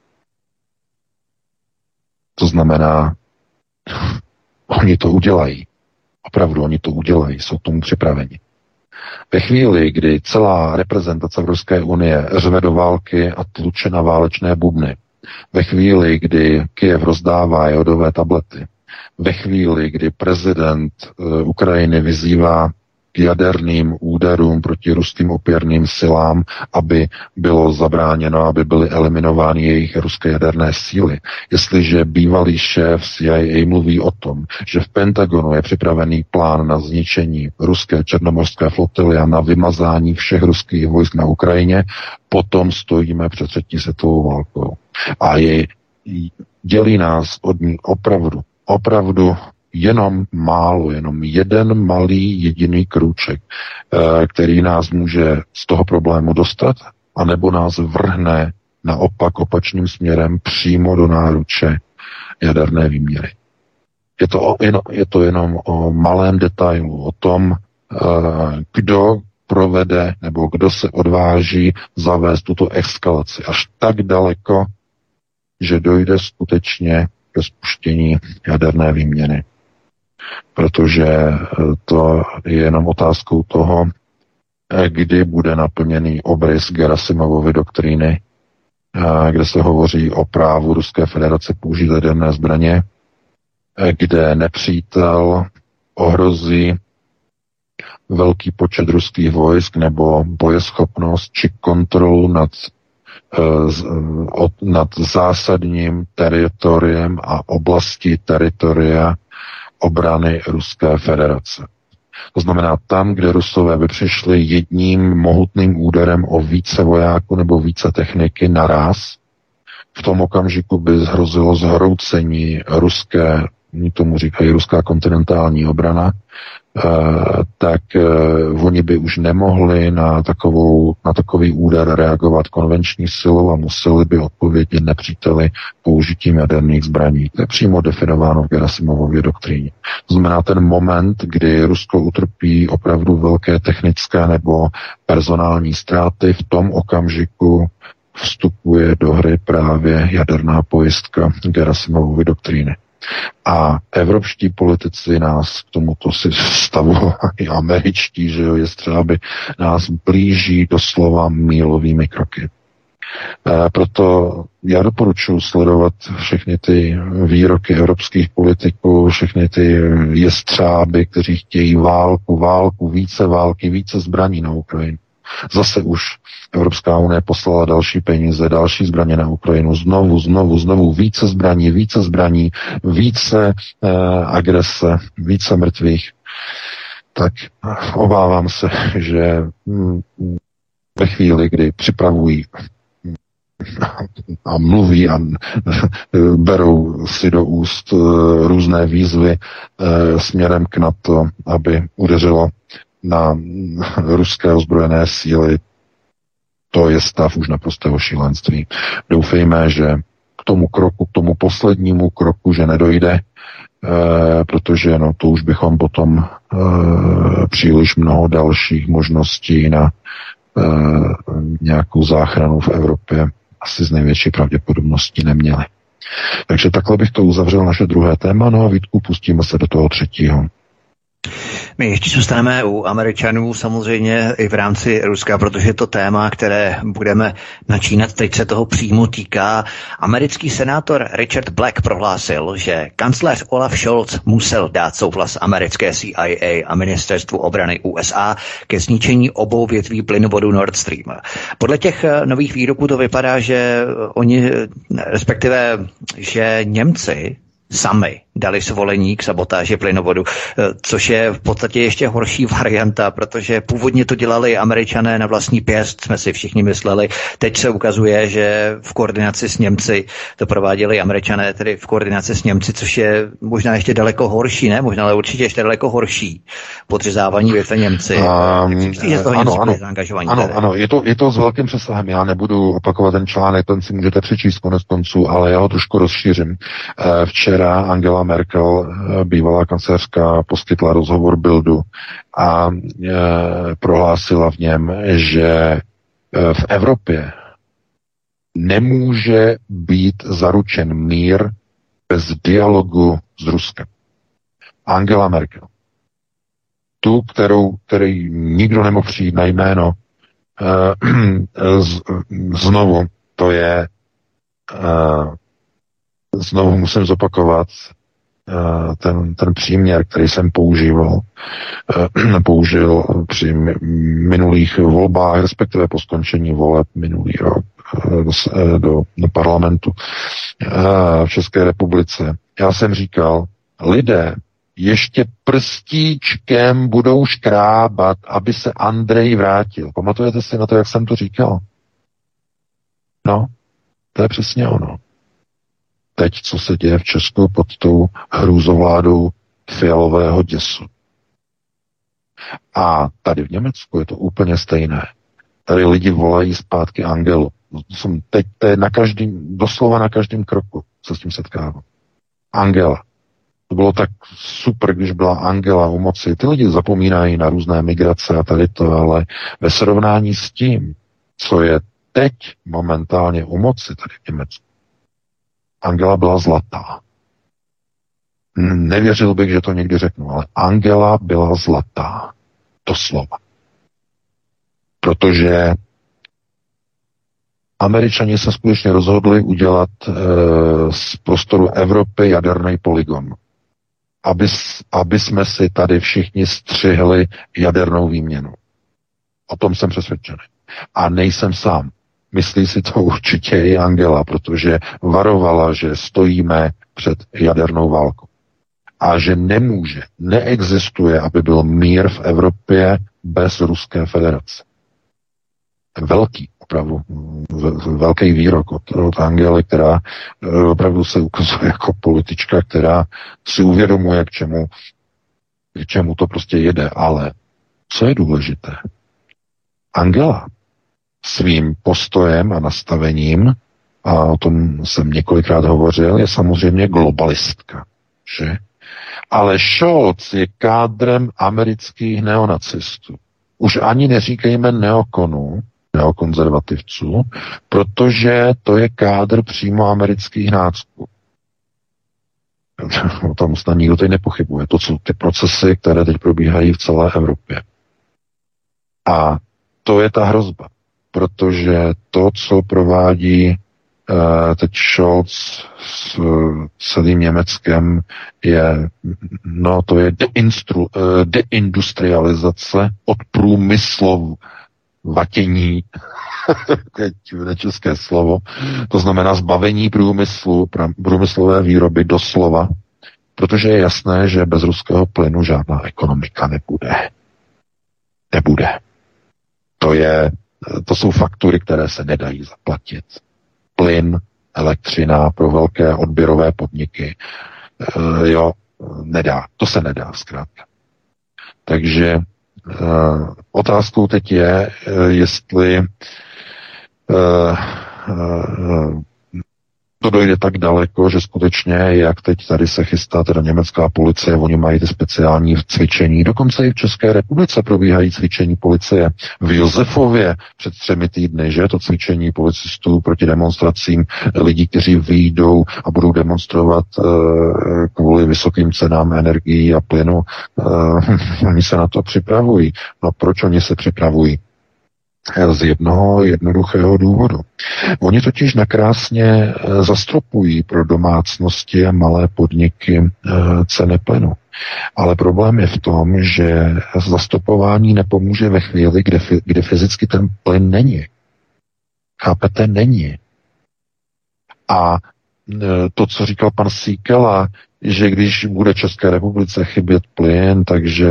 To znamená, oni to udělají. Opravdu oni to udělají, jsou k tomu připraveni. Ve chvíli, kdy celá reprezentace Evropské unie řve do války a tluče na válečné bubny, ve chvíli, kdy Kyjev rozdává jodové tablety, ve chvíli, kdy prezident uh, Ukrajiny vyzývá k jaderným úderům proti ruským opěrným silám, aby bylo zabráněno, aby byly eliminovány jejich ruské jaderné síly. Jestliže bývalý šéf C I A mluví o tom, že v Pentagonu je připravený plán na zničení ruské černomorské flotily a na vymazání všech ruských vojsk na Ukrajině, potom stojíme před třetí světovou válkou. A je, dělí nás od ní opravdu, opravdu jenom málo, jenom jeden malý jediný krůček, který nás může z toho problému dostat, anebo nás vrhne naopak opačným směrem přímo do náruče jaderné výměry. Je to, o, je to jenom o malém detailu, o tom, kdo provede nebo kdo se odváží zavést tuto eskalaci až tak daleko, že dojde skutečně ke spuštění jaderné výměny. Protože to je jenom otázkou toho, kdy bude naplněný obrys Gerasimovovy doktríny, kde se hovoří o právu Ruské federace použít jaderné zbraně, kde nepřítel ohrozí velký počet ruských vojsk nebo bojeschopnost či kontrolu nad, nad zásadním teritoriem a oblasti teritoria obrany Ruské federace. To znamená tam, kde Rusové by přišli jedním mohutným úderem o více vojáků nebo více techniky naraz, v tom okamžiku by hrozilo zhroucení ruské, oni tomu říkají ruská kontinentální obrana, tak oni by už nemohli na, takovou, na takový úder reagovat konvenční silou a museli by odpovědět nepříteli použitím jaderných zbraní. To je přímo definováno v Gerasimovově doktríně. To znamená ten moment, kdy Rusko utrpí opravdu velké technické nebo personální ztráty, v tom okamžiku vstupuje do hry právě jaderná pojistka Gerasimovovy doktríny. A evropští politici nás k tomuto si stavu, i američtí, že jo, jestřáby, nás blíží doslova mílovými kroky. E, proto já doporučuji sledovat všechny ty výroky evropských politiků, všechny ty jestřáby, kteří chtějí válku, válku, více války, více zbraní na Ukrajinu. Zase už Evropská unie poslala další peníze, další zbraně na Ukrajinu, znovu, znovu, znovu, více zbraní, více zbraní, více eh, agrese, více mrtvých. Tak obávám se, že hm, ve chvíli, kdy připravují a mluví a berou si do úst různé výzvy směrem k NATO, aby udeřilo na ruské ozbrojené síly, to je stav už naprostého šílenství. Doufejme, že k tomu kroku, k tomu poslednímu kroku, že nedojde, eh, protože no, to už bychom potom eh, příliš mnoho dalších možností na eh, nějakou záchranu v Evropě asi z největší pravděpodobností neměli. Takže takhle bych to uzavřel naše druhé téma, no a Vítku, pustíme se do toho třetího. My ještě zůstaneme u Američanů samozřejmě i v rámci Ruska, protože je to téma, které budeme načínat. Teď se toho přímo týká. Americký senátor Richard Black prohlásil, že kancléř Olaf Scholz musel dát souhlas americké C I A a ministerstvu obrany U S A ke zničení obou větví plynovodu Nord Stream. Podle těch nových výroků to vypadá, že oni, respektive, že Němci sami dali svolení k sabotáži plynovodu, což je v podstatě ještě horší varianta, protože původně to dělali Američané na vlastní pěst, jsme si všichni mysleli. Teď se ukazuje, že v koordinaci s Němci to prováděli Američané, tedy v koordinaci s Němci, což je možná ještě daleko horší, ne? Možná, ale určitě ještě daleko horší podřezávání větve Němci. Um, Myslíš, že z toho ano, Němci ano, zaangažovaní? Ano, ano, je to, je to s velkým přesahem. Já nebudu opakovat ten článek, ten si můžete přečíst konec konců, ale já ho trošku rozšířím. Včera Angela Merkel, bývalá kancléřka, poskytla rozhovor Bildu a e, prohlásila v něm, že e, v Evropě nemůže být zaručen mír bez dialogu s Ruskem. Angela Merkel. Tu, kterou, který nikdo nemohl přijít na jméno, e, z, znovu, to je e, znovu musím zopakovat ten, ten příměr, který jsem používal, použil při minulých volbách, respektive po skončení voleb minulý rok do, do, do parlamentu v České republice. Já jsem říkal, lidé ještě prstíčkem budou škrábat, aby se Andrej vrátil. Pamatujete si na to, jak jsem to říkal? No, to je přesně ono. Teď, co se děje v Česku pod tou hrůzovládou fialového děsu. A tady v Německu je to úplně stejné. Tady lidi volají zpátky Angelu. Teď to je na každým, doslova na každém kroku se s tím setkávám. Angela. To bylo tak super, když byla Angela u moci. Ty lidi zapomínají na různé migrace a tady to, ale ve srovnání s tím, co je teď momentálně u moci tady v Německu, Angela byla zlatá. Nevěřil bych, že to někdy řeknu, ale Angela byla zlatá. To slova. Protože Američani se skutečně rozhodli udělat e, z prostoru Evropy jaderný polygon. Aby, aby jsme si tady všichni střihli jadernou výměnu. O tom jsem přesvědčený. A nejsem sám. Myslí si to určitě i Angela, protože varovala, že stojíme před jadernou válkou. A že nemůže, neexistuje, aby byl mír v Evropě bez Ruské federace. Velký, opravdu, velký výrok od, od Angely, která opravdu se ukazuje jako politička, která si uvědomuje, k čemu, k čemu to prostě jede. Ale co je důležité? Angela svým postojem a nastavením, a o tom jsem několikrát hovořil, je samozřejmě globalistka, že? Ale Scholz je kádrem amerických neonacistů. Už ani neříkejme neokonů, neokonzervativců, protože to je kádr přímo amerických nácků. O tom snad nikdo teď nepochybuje. To jsou ty procesy, které teď probíhají v celé Evropě. A to je ta hrozba. Protože to, co provádí uh, teď Scholz s uh, celým Německem, je, no, to je deinstru, uh, deindustrializace od průmyslu, vatění, české slovo, to znamená zbavení průmyslu, průmyslové výroby doslova, protože je jasné, že bez ruského plynu žádná ekonomika nebude. Nebude. To, je, to jsou faktury, které se nedají zaplatit. Plyn, elektřina pro velké odběrové podniky, e, jo, nedá. To se nedá zkrátka. Takže e, otázkou teď je, e, jestli e, e, to dojde tak daleko, že skutečně, jak teď tady se chystá teda německá policie, oni mají ty speciální cvičení, dokonce i v České republice probíhají cvičení policie v Josefově před třemi týdny, že to cvičení policistů proti demonstracím lidí, kteří vyjdou a budou demonstrovat uh, kvůli vysokým cenám energií a plynu. Uh, oni se na to připravují. No proč oni se připravují? Z jednoho jednoduchého důvodu. Oni totiž nakrásně zastropují pro domácnosti a malé podniky ceny plynu. Ale problém je v tom, že zastropování nepomůže ve chvíli, kde, kde fyzicky ten plyn není. Chápete? Není. A to, co říkal pan Síkela, že když bude České republice chybět plyn, takže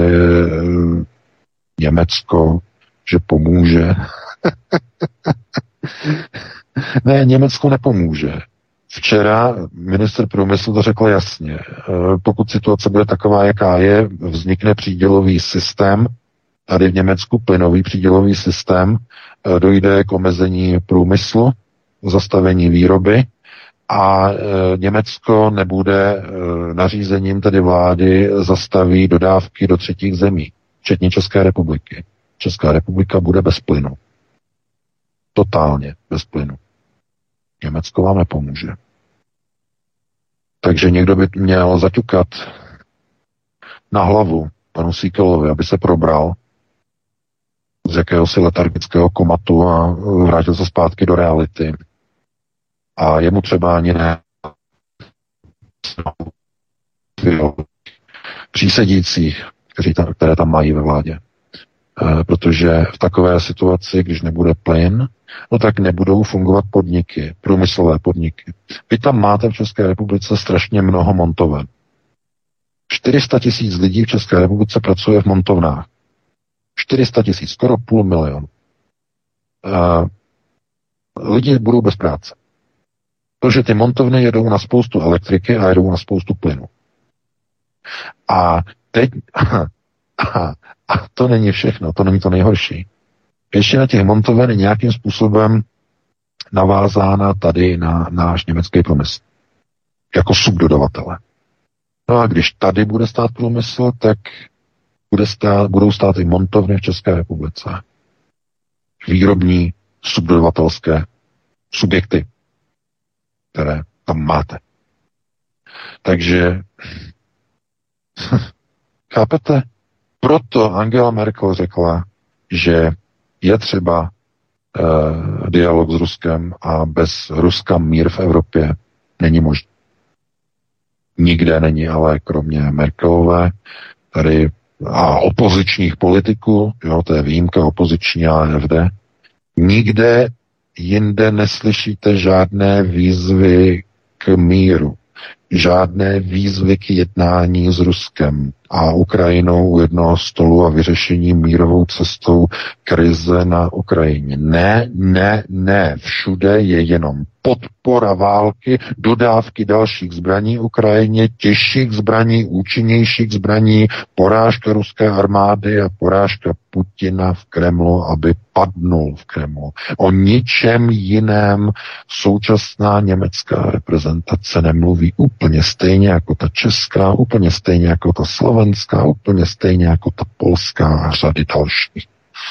Německo že pomůže. Ne, Německo nepomůže. Včera ministr průmyslu to řekl jasně. Pokud situace bude taková, jaká je, vznikne přídělový systém, tady v Německu plynový přídělový systém, dojde k omezení průmyslu, zastavení výroby a Německo nebude nařízením tedy vlády zastaví dodávky do třetích zemí, včetně České republiky. Česká republika bude bez plynu. Totálně bez plynu. Německo vám nepomůže. Takže někdo by měl zaťukat na hlavu panu Síkelovi, aby se probral z jakéhosi letargického komatu a vrátil se zpátky do reality. A jemu třeba ani ne přísedících, kteří tam, které tam mají ve vládě. Protože v takové situaci, když nebude plyn, no tak nebudou fungovat podniky, průmyslové podniky. Vy tam máte v České republice strašně mnoho montoven. čtyři sta tisíc lidí v České republice pracuje v montovnách. čtyři sta tisíc, skoro půl milionu. Uh, lidi budou bez práce. Protože ty montovny jedou na spoustu elektriky a jedou na spoustu plynu. A teď... A to není všechno, to není to nejhorší. Většina těch montoven je nějakým způsobem navázána tady na náš německý průmysl. Jako subdodavatele. No a když tady bude stát průmysl, tak bude stát, budou stát i montovny v České republice. Výrobní, subdodavatelské subjekty, které tam máte. Takže chápete? Proto Angela Merkel řekla, že je třeba eh, dialog s Ruskem a bez Ruska mír v Evropě není možný. Nikde není, ale kromě Merkelové tady a opozičních politiků, jo, to je výjimka opoziční A F D, nikde jinde neslyšíte žádné výzvy k míru, žádné výzvy k jednání s Ruskem a Ukrajinou u jednoho stolu a vyřešení mírovou cestou krize na Ukrajině. Ne, ne, ne. Všude je jenom podpora války, dodávky dalších zbraní Ukrajině, těžších zbraní, účinnějších zbraní, porážka ruské armády a porážka Putina v Kremlu, aby padnul v Kremlu. O ničem jiném současná německá reprezentace nemluví úplně stejně jako ta česká, úplně stejně jako ta slovenská, úplně stejně jako ta polská a řady dalších.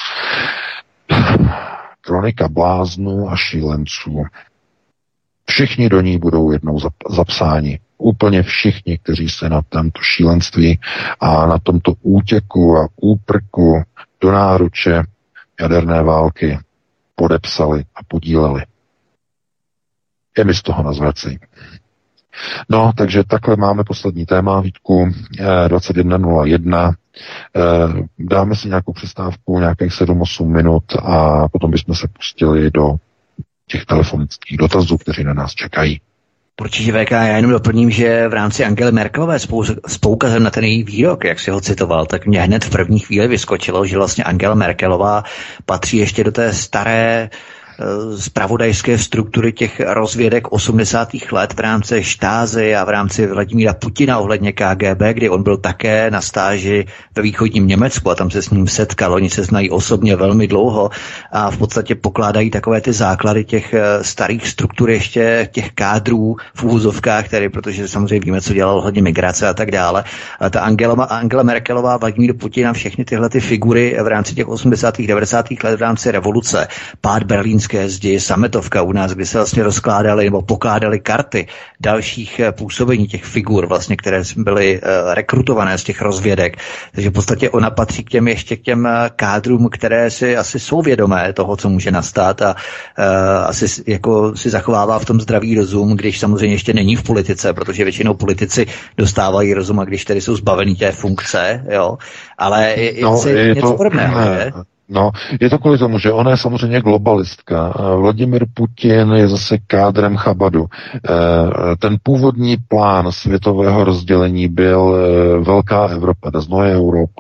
Kronika bláznů a šílenců. Všichni do ní budou jednou zapsáni. Úplně všichni, kteří se na tomto šílenství a na tomto útěku a úprku do náruče jaderné války podepsali a podíleli. Je mi z toho nazvrací. No, takže takhle máme poslední téma, Vítku, dvacet jedna nula jedna. Dáme si nějakou přestávku, nějakých sedm osm minut a potom bychom se pustili do těch telefonických dotazů, kteří na nás čekají. Určitě V K, já jenom doplním, že v rámci Angely Merkelové s poukazem na ten její výrok, jak si ho citoval, tak mě hned v první chvíli vyskočilo, že vlastně Angela Merkelová patří ještě do té staré zpravodajské struktury těch rozvědek osmdesátých let v rámci Štázy a v rámci Vladimíra Putina ohledně K G B, kdy on byl také na stáži ve východním Německu a tam se s ním setkal. Oni se znají osobně velmi dlouho a v podstatě pokládají takové ty základy těch starých struktur ještě těch kádrů v úvozovkách, které, protože samozřejmě víme, co dělal hodně migrace a tak dále. A ta Angela, Angela Merkelová, Vladimír Putin a všechny tyhle ty figury v rámci těch osmdesátých devadesátých let v rámci revoluce, pád Berlínské zdi, sametovka u nás, kdy se vlastně rozkládaly nebo pokládaly karty dalších působení těch figur, vlastně, které byly uh, rekrutované z těch rozvědek. Takže v podstatě ona patří k těm ještě k těm kádrům, které si asi jsou vědomé toho, co může nastat a uh, asi jako si zachovává v tom zdravý rozum, když samozřejmě ještě není v politice, protože většinou politici dostávají rozum, a když tedy jsou zbavení té funkce, jo. Ale je, no, je, je něco to, podobného, ne. No, je to kvůli tomu, že ona je samozřejmě globalistka. Vladimir Putin je zase kádrem Chabadu. Ten původní plán světového rozdělení byl velká Evropa, das neue Europa.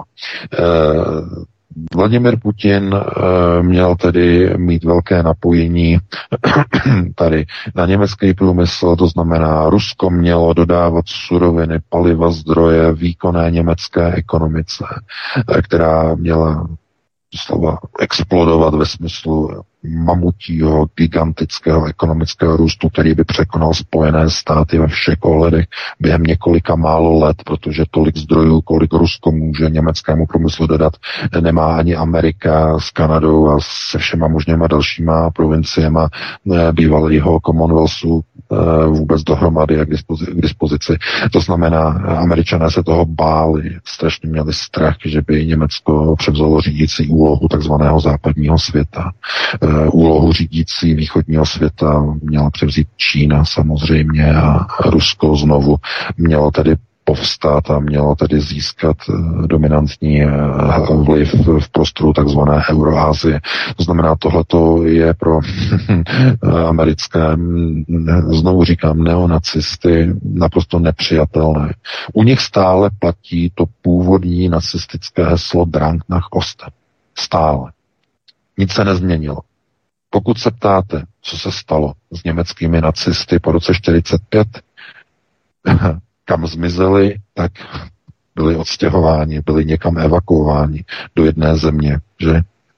Vladimir Putin měl tedy mít velké napojení tady na německý průmysl, to znamená, Rusko mělo dodávat suroviny, paliva, zdroje výkonné německé ekonomice, která měla slova explodovat ve smyslu mamutího, gigantického ekonomického růstu, který by překonal Spojené státy ve všech ohledech během několika málo let, protože tolik zdrojů, kolik Rusko může německému průmyslu dodat, nemá ani Amerika s Kanadou a se všema možněma dalšíma provinciema bývalého Commonwealthu vůbec dohromady a k dispozici, k dispozici. To znamená, Američané se toho báli, strašně měli strach, že by Německo převzalo řídící úlohu takzvaného západního světa. Úlohu řídící východního světa měla převzít Čína samozřejmě a Rusko znovu mělo tedy povstát a mělo tedy získat dominantní vliv v prostoru takzvané Euroázie. To znamená, tohleto je pro americké, znovu říkám, neonacisty naprosto nepřijatelné. U nich stále platí to původní nacistické heslo Drang nach Osten. Stále. Nic se nezměnilo. Pokud se ptáte, co se stalo s německými nacisty po roce čtyřicet pět, kam zmizeli, tak byli odstěhováni, byli někam evakuováni do jedné země, že?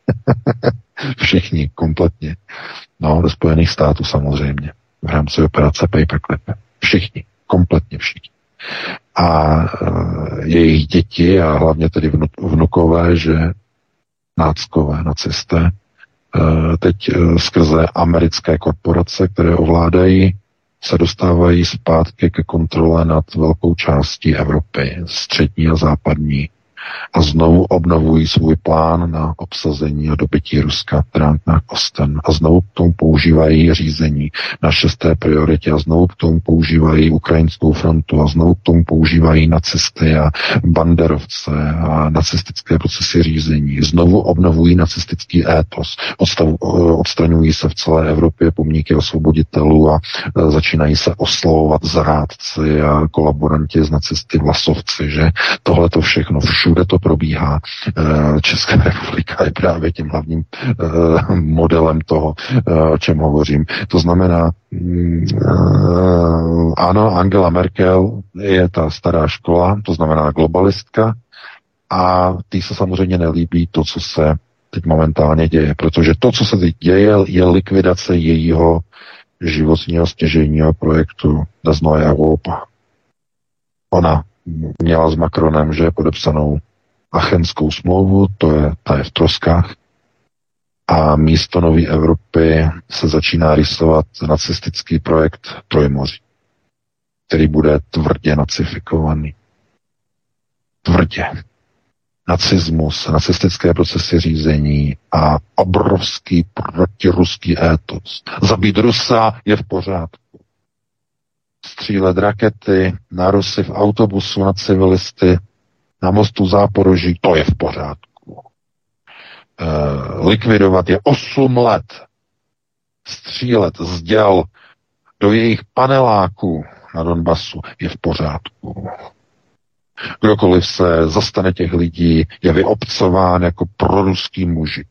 Všichni, kompletně. No, do Spojených států samozřejmě, v rámci operace Paperclip. Všichni, kompletně všichni. A e, jejich děti a hlavně tedy vnu, vnukové, že náckové, nacisté, e, teď e, skrze americké korporace, které ovládají, se dostávají zpátky ke kontrole nad velkou částí Evropy, střední a západní, a znovu obnovují svůj plán na obsazení a dobytí Ruska, Drang nach Osten, a znovu k tomu používají řízení na šesté prioritě a znovu k tomu používají ukrajinskou frontu a znovu k tomu používají nacisty a banderovce a nacistické procesy řízení. Znovu obnovují nacistický étos, odstav, odstraňují se v celé Evropě pomníky osvoboditelů a začínají se oslavovat zrádci a kolaboranti s nacisty vlasovci, že tohle to všechno všude to probíhá. Česká republika je právě tím hlavním modelem toho, o čem hovořím. To znamená, ano, Angela Merkel je ta stará škola, to znamená globalistka, a tý se samozřejmě nelíbí to, co se teď momentálně děje, protože to, co se teď děje, je likvidace jejího životního stěžejního projektu Das neue Europa. Ona měla s Macronem, že podepsanou Achenskou smlouvu, to je, ta je v troskách, a místo nové Evropy se začíná rysovat nacistický projekt Trojmoří, který bude tvrdě nacifikovaný. Tvrdě. Nacismus, nacistické procesy řízení a obrovský protiruský étos. Zabít Rusa je v pořádku. Střílet rakety na Rusy v autobusu, na civilisty, na mostu Záporoží, to je v pořádku. E, likvidovat je osm let. Střílet z děl do jejich paneláků na Donbasu je v pořádku. Kdokoliv se zastane těch lidí, je vyobcován jako proruský mužik.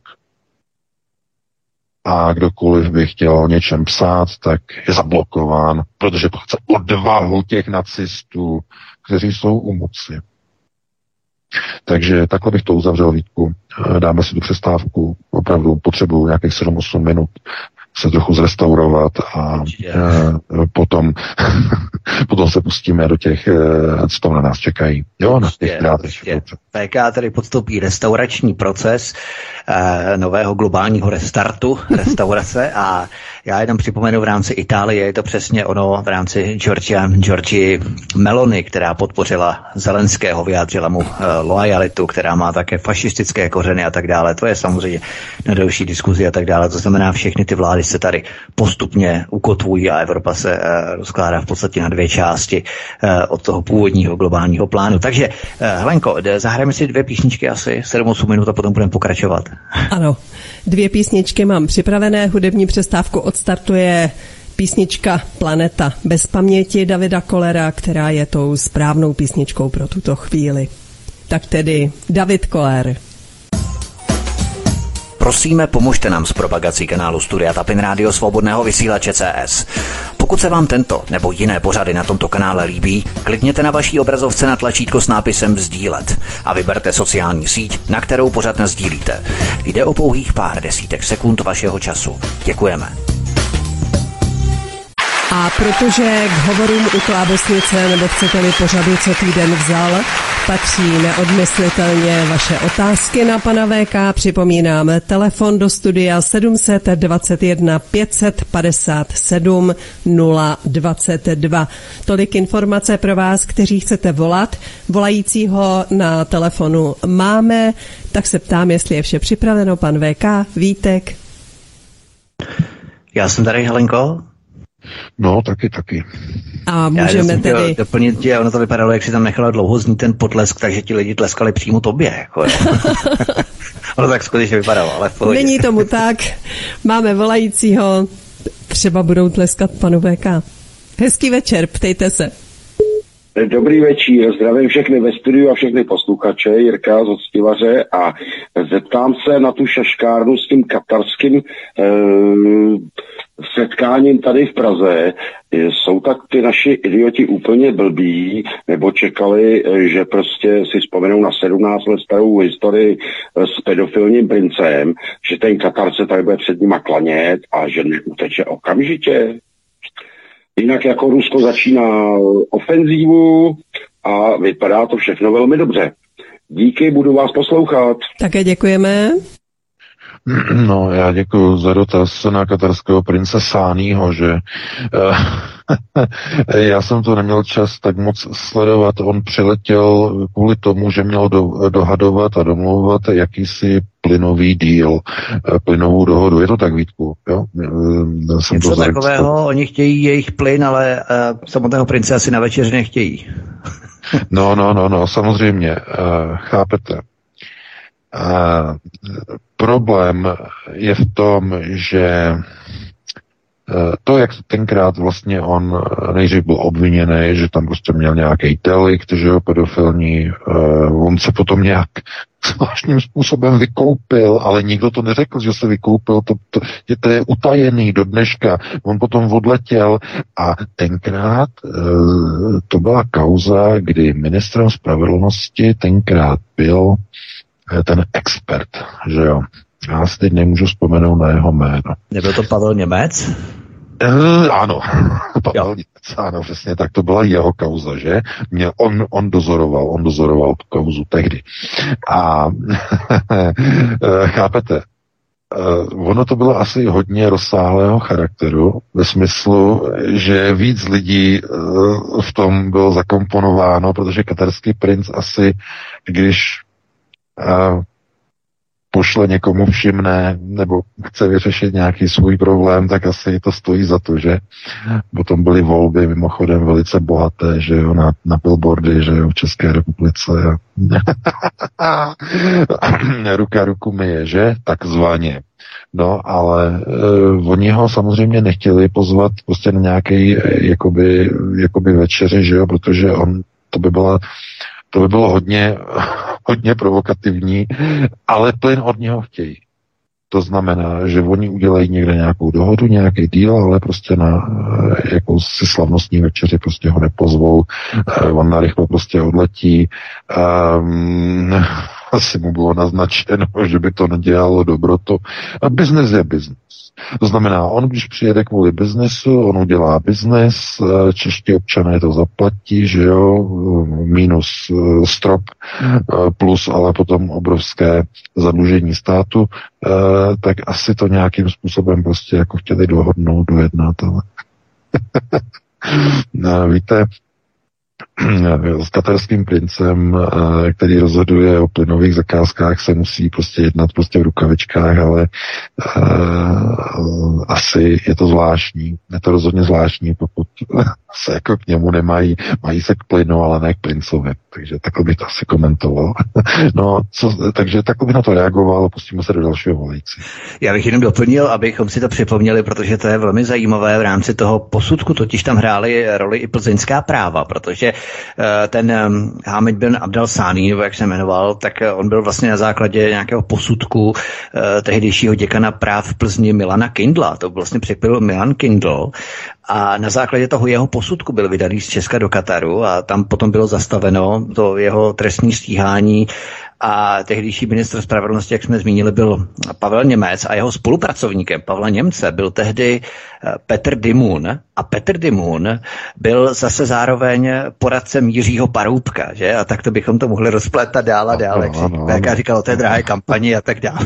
A kdokoliv by chtěl o něčem psát, tak je zablokován, protože to chce odvahu těch nacistů, kteří jsou u moci. Takže takhle bych to uzavřel, Vítku. Dáme si tu přestávku, opravdu potřebuji nějakých sedm osm minut se trochu zrestaurovat a e, potom, potom se pustíme do těch, co tam na nás čekají. Jo, na těch krátech. P K tady podstoupí restaurační proces e, nového globálního restartu, restaurace a já jenom připomenu v rámci Itálie, je to přesně ono v rámci Giorgia, Giorgi Meloni, která podpořila Zelenského, vyjádřila mu e, loajalitu, která má také fašistické kořeny a tak dále. To je samozřejmě na další diskuzi a tak dále. To znamená, všechny ty vlády se tady postupně ukotvují a Evropa se e, rozkládá v podstatě na dvě části e, od toho původního globálního plánu. Takže, e, Helenko, zahrajeme si dvě písničky asi sedm osm minut a potom budeme pokračovat. Ano, dvě písničky mám připravené, hudební přestávku odstartuje písnička Planeta bez paměti Davida Kollera, která je tou správnou písničkou pro tuto chvíli. Tak tedy David Koller. Prosíme, pomožte nám s propagací kanálu Studia Tapin Rádio Svobodného vysílače C S. Pokud se vám tento nebo jiné pořady na tomto kanále líbí, klikněte na vaší obrazovce na tlačítko s nápisem Sdílet a vyberte sociální síť, na kterou pořad nasdílíte. Jde o pouhých pár desítek sekund vašeho času. Děkujeme. A protože k hovorům u Klábosnice, nebo chcete-li pořadu, co týden vzal, patří neodmyslitelně vaše otázky na pana V K. Připomínám telefon do studia sedm set dvacet jedna pět set padesát sedm nula dvacet dva. Tolik informace pro vás, kteří chcete volat. Volajícího na telefonu máme, tak se ptám, jestli je vše připraveno. Pan V K, Vítek. Já jsem tady, Helenko. No, taky, taky. A můžeme Já tedy... doplnit, že ono to vypadalo, jak si tam nechala dlouho znít ten potlesk, takže ti lidi tleskali přímo tobě. Jako, ono tak skutečně vypadalo, ale v pohodě. Není tomu tak. Máme volajícího, třeba budou tleskat panu V K. Hezký večer, ptejte se. Dobrý večer, zdravím všechny ve studiu a všechny posluchače, Jirka z Hostivadře a zeptám se na tu šaškárnu s tím katarským eh, setkáním tady v Praze. Jsou tak ty naši idioti úplně blbí, nebo čekali, že prostě si vzpomenou na sedmnáct let starou historii s pedofilním princem, že ten Katar se tady bude před nima klanět a že neuteče okamžitě? Jinak jako Rusko začíná ofenzívu a vypadá to všechno velmi dobře. Díky, budu vás poslouchat. Také děkujeme. No, já děkuji za dotaz na katarského prince Sánýho, že uh, já jsem to neměl čas tak moc sledovat. On přiletěl kvůli tomu, že měl do, dohadovat a domlouvat jakýsi plynový díl, plynovou dohodu. Je to tak, Vítku? Jo? Jsem Něco to takového, oni chtějí jejich plyn, ale uh, samotného prince asi na večeři nechtějí. no, no, no, no, samozřejmě, uh, chápete. Uh, problém je v tom, že uh, to, jak tenkrát vlastně on nejdřív byl obviněný, že tam prostě měl nějaký delikt, že jo, pedofilní, uh, on se potom nějak zvláštním způsobem vykoupil, ale nikdo to neřekl, že se vykoupil, to, to, je, to je utajený do dneška. On potom odletěl a tenkrát uh, to byla kauza, kdy ministrem spravedlnosti tenkrát byl ten expert, že jo. Já si teď nemůžu vzpomenout na jeho jméno. Nebyl to Pavel Němec? E, ano, Pavel Němec, ano, přesně tak, to byla jeho kauza, že? Mě, on, on dozoroval, on dozoroval tu kauzu tehdy. A chápete, Uh, ono to bylo asi hodně rozsáhlého charakteru, ve smyslu, že víc lidí uh, v tom bylo zakomponováno, protože katarský princ asi, když uh, pošle někomu všimne, nebo chce vyřešit nějaký svůj problém, tak asi to stojí za to, že? Potom byly volby mimochodem velice bohaté, že jo, na, na billboardy, že jo, v České republice. Ruka ruku myje, že? Takzvaně. No, ale uh, oni ho samozřejmě nechtěli pozvat prostě na nějaký jakoby, jakoby večeři, že jo, protože on, to by byla To by bylo hodně, hodně provokativní, ale plyn od něho chtějí. To znamená, že oni udělají někde nějakou dohodu, nějaký deal, ale prostě na jakousi slavnostní večeři prostě ho nepozvou. On narychlo prostě odletí. Um, asi mu bylo naznačeno, že by to nedělalo dobrotu. A biznes je biznes. To znamená, on když přijede kvůli biznesu, on udělá biznes, čeští občané to zaplatí, že jo, minus strop, plus ale potom obrovské zadlužení státu, tak asi to nějakým způsobem prostě jako chtěli dohodnout, dojednat, ale víte, s katarským princem, který rozhoduje o plynových zakázkách, se musí prostě jednat prostě v rukavičkách, ale uh, asi je to zvláštní. Je to rozhodně zvláštní, pokud se jako k němu nemají, mají se k plynu, ale ne k princovi. Takže takhle bych to asi komentoval. No, co, takže takhle bych na to reagoval a pustíme se do dalšího volající. Já bych jenom doplnil, abychom si to připomněli, protože to je velmi zajímavé v rámci toho posudku, totiž tam hrály roli i plzeňská práva, protože ten Hamid bin Abdel Sani, nebo jak se jmenoval, tak on byl vlastně na základě nějakého posudku tehdejšího děkana práv v Plzni Milana Kindla. To vlastně připil Milan Kindl a na základě toho jeho posudku byl vydaný z Česka do Kataru a tam potom bylo zastaveno to jeho trestní stíhání a tehdejší ministr spravedlnosti, jak jsme zmínili, byl Pavel Němec a jeho spolupracovníkem Pavla Němce byl tehdy Petr Dimun a Petr Dimun byl zase zároveň poradcem Jiřího Paroubka, že? A tak to bychom to mohli rozplétat dál a dál, jak já říkal o té drahé kampani a tak dál.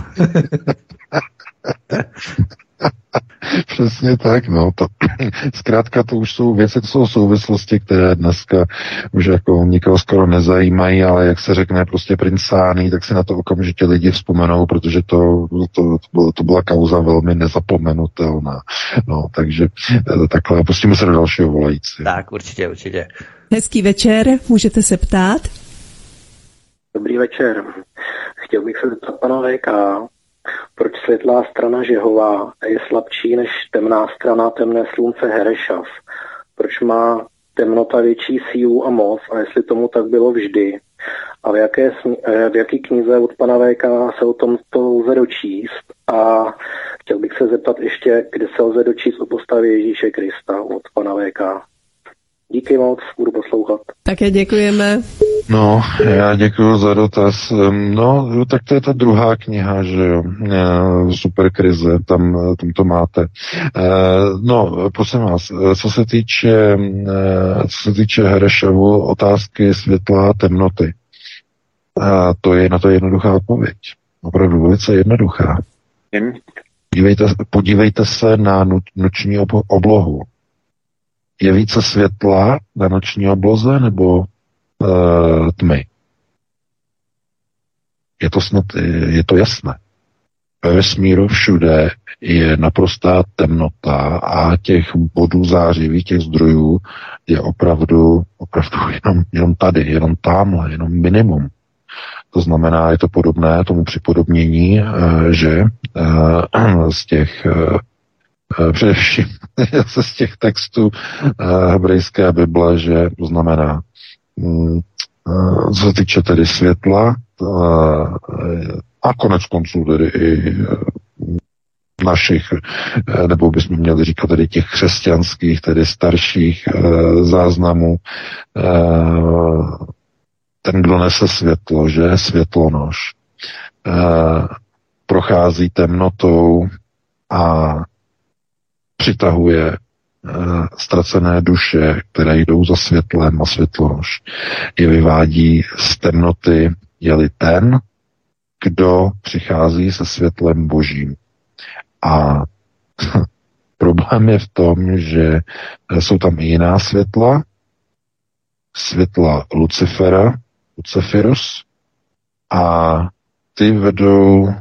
Přesně tak, no. To, zkrátka to už jsou věci, to jsou souvislosti, které dneska už jako nikoho skoro nezajímají, ale jak se řekne prostě princány, tak si na to okamžitě lidi vzpomenou, protože to, to, to, bylo, to byla kauza velmi nezapomenutelná. No, takže takhle pustíme se do dalšího volající. Tak, určitě, určitě. Hezký večer, můžete se ptát? Dobrý večer. Chtěl bych se zeptat pana V K, proč světlá strana Žehová je slabší než temná strana temné slunce Herešav? Proč má temnota větší sílu a moc a jestli tomu tak bylo vždy? A v jaké, v jaké knize od pana V K se o tom to lze dočíst? A chtěl bych se zeptat ještě, kde se lze dočíst o postavě Ježíše Krista od pana V K. Díky moc, budu poslouchat. Také děkujeme. No, já děkuji za dotaz. No, tak to je ta druhá kniha, že jo, Super krize, tam, tam to máte. No, prosím vás, co se týče, co se týče Herešovu, otázky světla, temnoty, to je na to jednoduchá odpověď. Opravdu velice jednoduchá. Podívejte, podívejte se na noční oblohu. Je více světla na noční obloze nebo uh, tmy? Je to snad, je to jasné. Ve vesmíru všude je naprostá temnota a těch bodů zářivých, těch zdrojů je opravdu, opravdu jenom, jenom tady, jenom tamhle, jenom minimum. To znamená, je to podobné tomu připodobnění, uh, že uh, z těch uh, především se z těch textů uh, hebrejské Bible, že to znamená, um, uh, co se týče tedy světla uh, a konec konců tedy i uh, našich, uh, nebo bychom měli říkat tedy těch křesťanských, tedy starších uh, záznamů, uh, ten, kdo nese světlo, že světlonož, uh, prochází temnotou a přitahuje uh, ztracené duše, které jdou za světlem a světlonož. Je vyvádí z temnoty, je-li ten, kdo přichází se světlem božím. A problém je v tom, že jsou tam i jiná světla, světla Lucifera, Luciferus, a ty vedou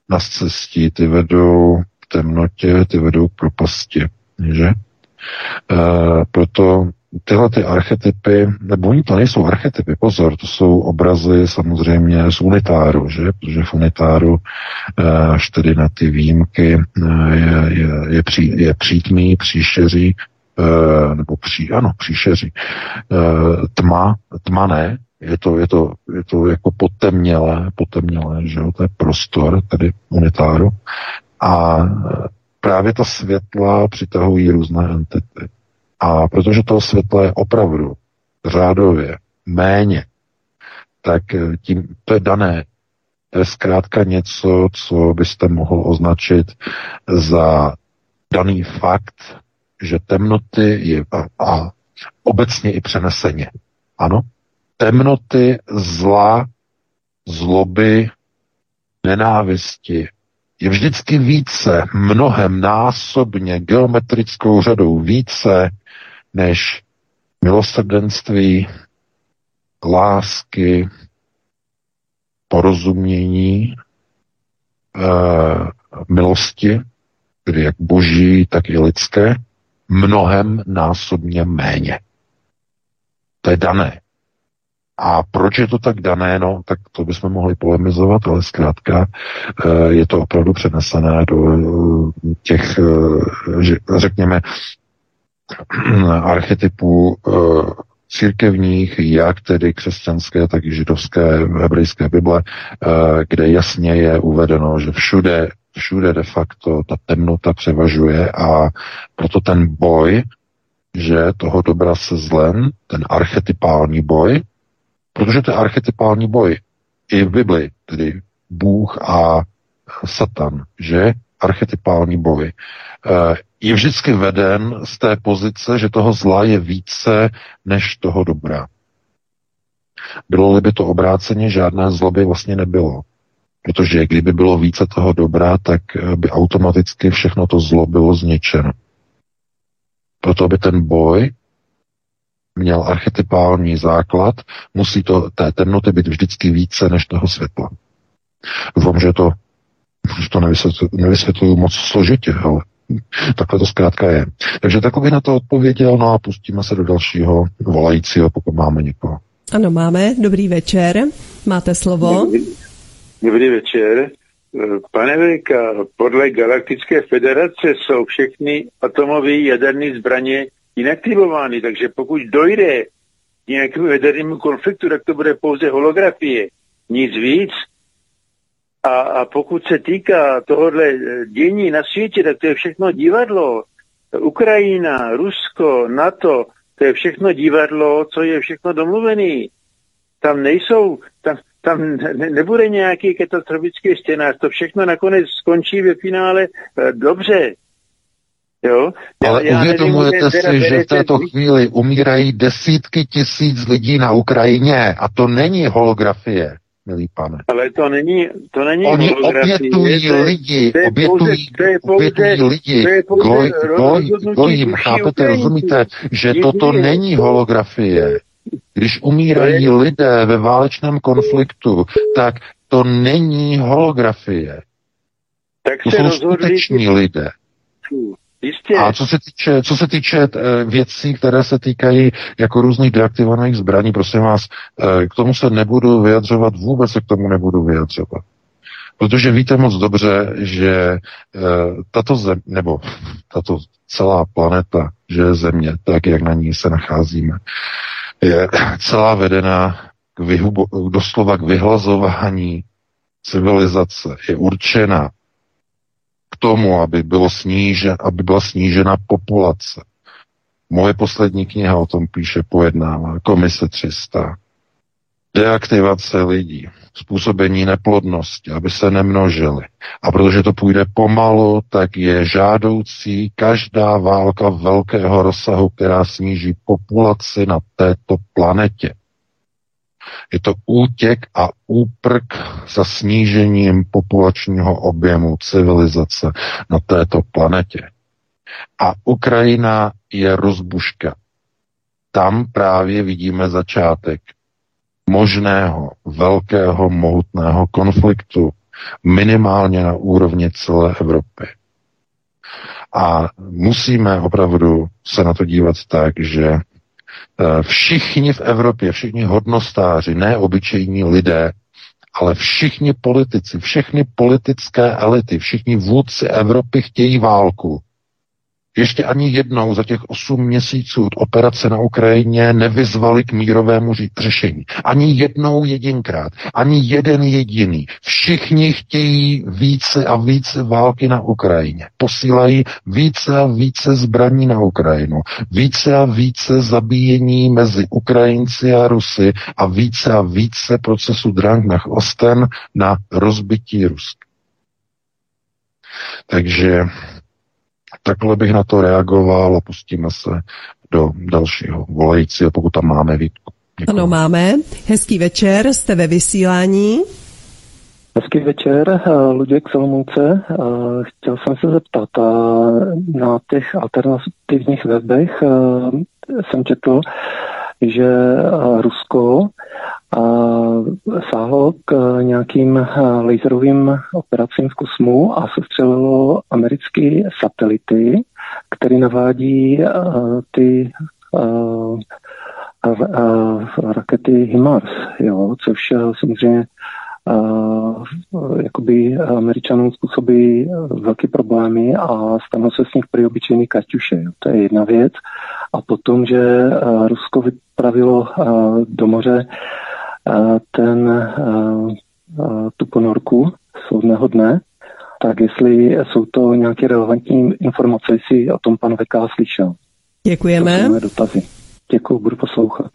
na cestí, ty vedou k temnotě, ty vedou k propasti, že? E, proto tyhle ty archetypy, nebo oni to nejsou archetypy, pozor, to jsou obrazy samozřejmě z unitáru, že? Protože v unitáru až tedy na ty výjimky je, je, je, pří, je přítmí, příšeří, nebo pří, ano, příšeří, tma, tma ne, je to, je to, je to jako potemnělé, potemnělé, že jo, to je prostor, tedy unitáru, a právě ta světla přitahují různé entity. A protože toho světla je opravdu řádově méně, tak tím to je dané. To je zkrátka něco, co byste mohl označit za daný fakt, že temnoty je a, a obecně i přeneseně. Ano, temnoty, zla, zloby, nenávisti je vždycky více, mnohem násobně, geometrickou řadou více, než milosrdenství, lásky, porozumění, eh, milosti, tedy jak boží, tak i lidské, mnohem násobně méně. To je dané. A proč je to tak dané, no, tak to bychom mohli polemizovat, ale zkrátka je to opravdu přenesené do těch, řekněme, archetypů církevních, jak tedy křesťanské, tak i židovské, hebrejské Bible, kde jasně je uvedeno, že všude, všude de facto ta temnota převažuje a proto ten boj, že toho dobra se zlem, ten archetypální boj, protože to je archetypální boj i v Bibli, tedy Bůh a Satan, že archetypální boj, je vždycky veden z té pozice, že toho zla je více než toho dobra. Bylo-li by to obráceně, žádné zlo by vlastně nebylo. Protože kdyby bylo více toho dobra, tak by automaticky všechno to zlo bylo zničeno. Proto by ten boj měl archetypální základ, musí to té temnoty být vždycky více než toho světla. Doufám, že to, že to nevysvětluji, nevysvětluji moc složitě, ale takhle to zkrátka je. Takže takhle bych na to odpověděl, no a pustíme se do dalšího volajícího, pokud máme někoho. Ano, máme. Dobrý večer. Máte slovo. Dobrý, dobrý večer. Pane Vejka, podle Galaktické federace jsou všechny atomové jaderné zbraně inaktivovány, takže pokud dojde k nějakému jadernému konfliktu, tak to bude pouze holografie, nic víc. A, a pokud se týká tohohle dění na světě, tak to je všechno divadlo. Ukrajina, Rusko, NATO, to je všechno divadlo, co je všechno domluvený. Tam nejsou, tam, tam ne, nebude nějaký katastrofický scénář, to všechno nakonec skončí ve finále e, dobře. Jo? Ale já uvědomujete si, že v této chvíli umírají desítky tisíc lidí na Ukrajině a to není holografie, milý pane. Ale to není, to není Oni holografie. obětují to je, lidi, to je obětují, pouze, to je pouze, obětují lidi, goj, goj, gojím, chápete, rozumíte, že toto není holografie. Když umírají lidé ve válečném konfliktu, tak to není holografie. Tak to jsou skuteční lidé. Jistě. A co se týče, co se týče věcí, které se týkají jako různých deaktivovaných zbraní, prosím vás, k tomu se nebudu vyjadřovat, vůbec se k tomu nebudu vyjadřovat. Protože víte moc dobře, že tato zem, nebo tato celá planeta, že je Země, tak jak na ní se nacházíme, je celá vedena k vyhubo, doslova k vyhlazování civilizace. Je určena k tomu, aby, bylo snížen, aby byla snížena populace. Moje poslední kniha o tom píše, pojednává, Komise tři sta. Deaktivace lidí, způsobení neplodnosti, aby se nemnožili. A protože to půjde pomalu, tak je žádoucí každá válka velkého rozsahu, která sníží populaci na této planetě. Je to útěk a úprk za snížením populačního objemu civilizace na této planetě. A Ukrajina je rozbuška. Tam právě vidíme začátek možného velkého mohutného konfliktu Minimálně na úrovni celé Evropy. A musíme opravdu se na to dívat tak, že všichni v Evropě, všichni hodnostáři, ne obyčejní lidé, ale všichni politici, všechny politické elity, všichni vůdci Evropy chtějí válku. Ještě ani jednou za těch osm měsíců od operace na Ukrajině nevyzvali k mírovému řešení. Ani jednou jedinkrát. Ani jeden jediný. Všichni chtějí více a více války na Ukrajině. Posílají více a více zbraní na Ukrajinu. Více a více zabíjení mezi Ukrajinci a Rusy a více a více procesu Drang nach Osten na rozbití Ruska. Takže takhle bych na to reagoval a pustíme se do dalšího volajícího, pokud tam máme, Vítku. Děkuji. Ano, máme. Hezký večer, jste ve vysílání. Hezký večer, Luděk Solomouce. Chtěl jsem se zeptat, na těch alternativních webech jsem četl, že Rusko sáhlo k nějakým laserovým operacím v kosmu a sestřelilo americké satelity, které navádí ty uh, uh, rakety HIMARS, jo, což samozřejmě uh, jakoby Američanům způsobí velké problémy a stanou se z nich prý obyčejný kaťuše. Jo. To je jedna věc. A potom, že uh, Rusko vypravilo uh, do moře ten, tu ponorku soudného dne, tak jestli jsou to nějaké relevantní informace, jestli o tom pan V K slyšel. Děkujeme. To jsou dotazy. Děkuji, budu poslouchat.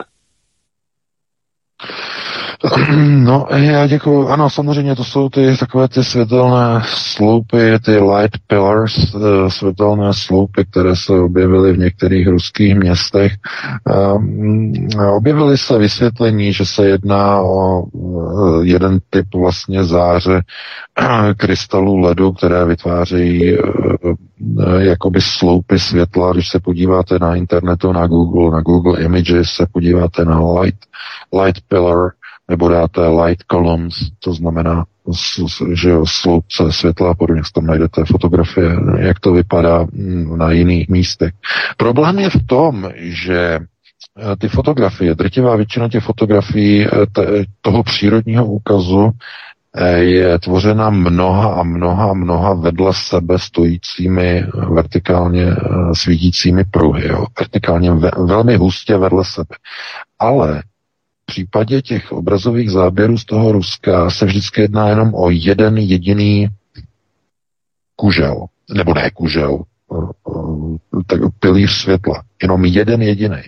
No, já děkuji. Ano, samozřejmě to jsou ty takové ty světelné sloupy, ty light pillars, světelné sloupy, které se objevily v některých ruských městech. Objevily se vysvětlení, že se jedná o jeden typ vlastně záře krystalů ledu, které vytvářejí jakoby sloupy světla. Když se podíváte na internetu, na Google, na Google Images, se podíváte na light, light pillar, nebo dáte light columns, to znamená, že jo, sloupce světla a podobně, tam najdete fotografie, jak to vypadá na jiných místech. Problém je v tom, že ty fotografie, drtivá většina těch fotografií toho přírodního úkazu je tvořena mnoha a mnoha a mnoha vedle sebe stojícími vertikálně svítícími pruhy, jo, vertikálně ve, velmi hustě vedle sebe. Ale v případě těch obrazových záběrů z toho Ruska se vždycky jedná jenom o jeden jediný kužel, nebo ne kužel, tak pilíř světla. Jenom jeden jediný.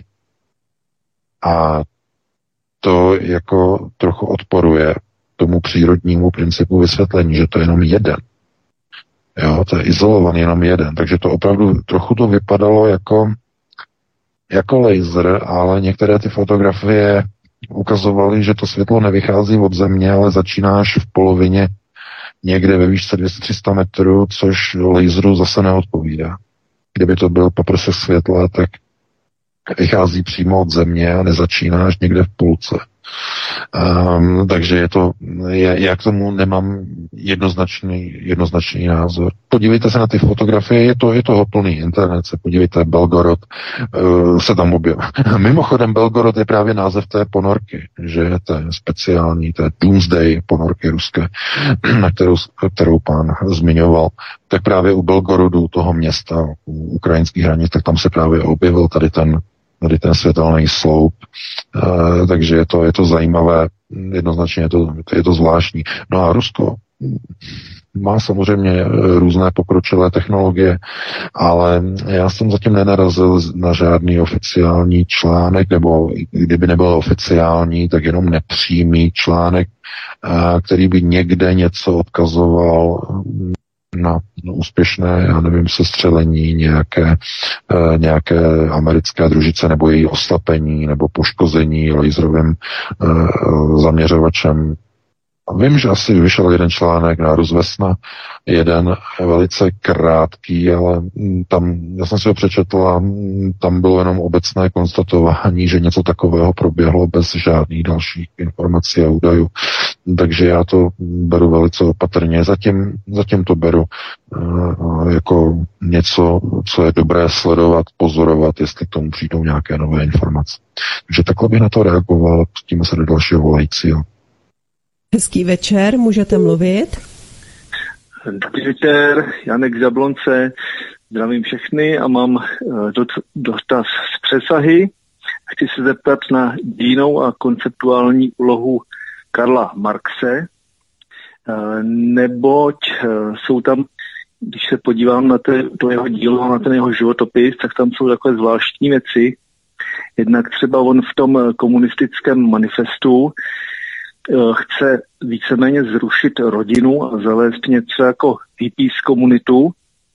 A to jako trochu odporuje tomu přírodnímu principu vysvětlení, že to je jenom jeden. Jo, to je izolovaný jenom jeden. Takže to opravdu trochu to vypadalo jako, jako laser, ale některé ty fotografie ukazovali, že to světlo nevychází od země, ale začíná až v polovině někde ve výšce dvě stě tři sta metrů, což laseru zase neodpovídá. Kdyby to byl paprsek světla, tak vychází přímo od země a nezačíná až někde v půlce. Um, takže je to, je, já k tomu nemám jednoznačný, jednoznačný názor. Podívejte se na ty fotografie, je to, je toho plný internet, se podívejte, Belgorod uh, se tam objevil. Mimochodem Belgorod je právě název té ponorky, že to je speciální, to je Doomsday ponorky ruské, na kterou, kterou pán zmiňoval. Tak právě u Belgorodu, toho města, u ukrajinských hranic, tak tam se právě objevil tady ten tady ten světelný sloup, e, takže je to, je to zajímavé, jednoznačně je to, je to zvláštní. No a Rusko má samozřejmě různé pokročilé technologie, ale já jsem zatím nenarazil na žádný oficiální článek, nebo kdyby nebyl oficiální, tak jenom nepřímý článek, e, který by někde něco odkazoval na úspěšné, já nevím, sestřelení nějaké, e, nějaké americké družice nebo její oslabení nebo poškození laserovým e, zaměřovačem. A vím, že asi vyšel jeden článek na Rozvesna, jeden velice krátký, ale tam, já jsem si ho přečetl a tam bylo jenom obecné konstatování, že něco takového proběhlo bez žádných dalších informací a údajů. Takže já to beru velice opatrně. Zatím, zatím to beru uh, jako něco, co je dobré sledovat, pozorovat, jestli k tomu přijdou nějaké nové informace. Takže takhle bych na to reagoval, pustíme se do dalšího volajícího. Hezký večer, můžete mluvit? Dobrý večer, Janek z Jablonce, zdravím všechny a mám dotaz z přesahy. Chci se zeptat na dějinnou a konceptuální úlohu Karla Marxe, neboť jsou tam, když se podívám na te, to jeho dílo, na ten jeho životopis, tak tam jsou takové zvláštní věci. Jednak třeba on v tom komunistickém manifestu chce víceméně zrušit rodinu a zavést něco jako hippies komunitu.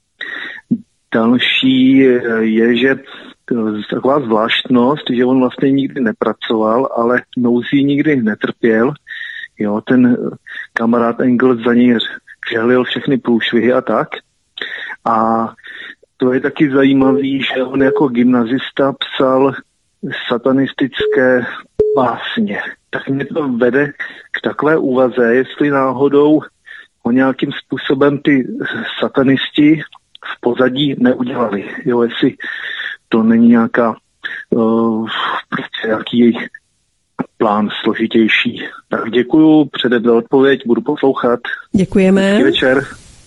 Další je, že taková zvláštnost, že on vlastně nikdy nepracoval, ale nouzí nikdy netrpěl. Jo, ten kamarád Engels za něj žehlil všechny průšvihy a tak. A to je taky zajímavý, že on jako gymnazista psal satanistické básně. Tak mě to vede k takové úvaze, jestli náhodou ho nějakým způsobem ty satanisti v pozadí neudělali. Jo, jestli to není nějaká uh, prostě nějaký jejich plán složitější. Tak děkuju, předem za odpověď, budu poslouchat. Děkujeme. Hezký večer.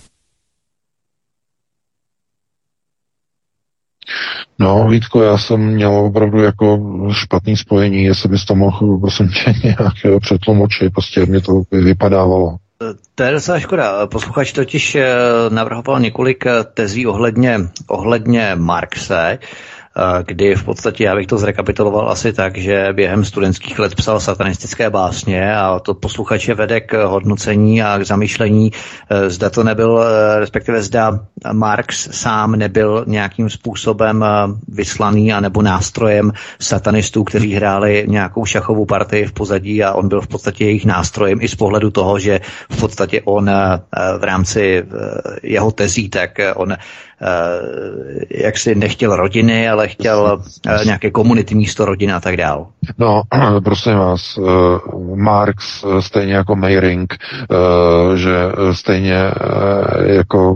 No, Vítko, já jsem měl opravdu jako špatný spojení, jestli bys to mohl, prosím tě, nějak přetlumočit, prostě mě to vypadávalo. To je docela škoda. Posluchač totiž navrhoval několik tezí ohledně, ohledně Marxe, kdy v podstatě, já bych to zrekapituloval asi tak, že během studentských let psal satanistické básně a to posluchače vede k hodnocení a k zamýšlení, zda to nebyl, respektive zda Marx sám nebyl nějakým způsobem vyslaný anebo nástrojem satanistů, kteří hráli nějakou šachovou partii v pozadí a on byl v podstatě jejich nástrojem i z pohledu toho, že v podstatě on v rámci jeho tezí, tak on jak si nechtěl rodiny, ale chtěl nějaké komunity místo rodiny a tak dál. No, prosím vás, Marx stejně jako Meyring, že stejně jako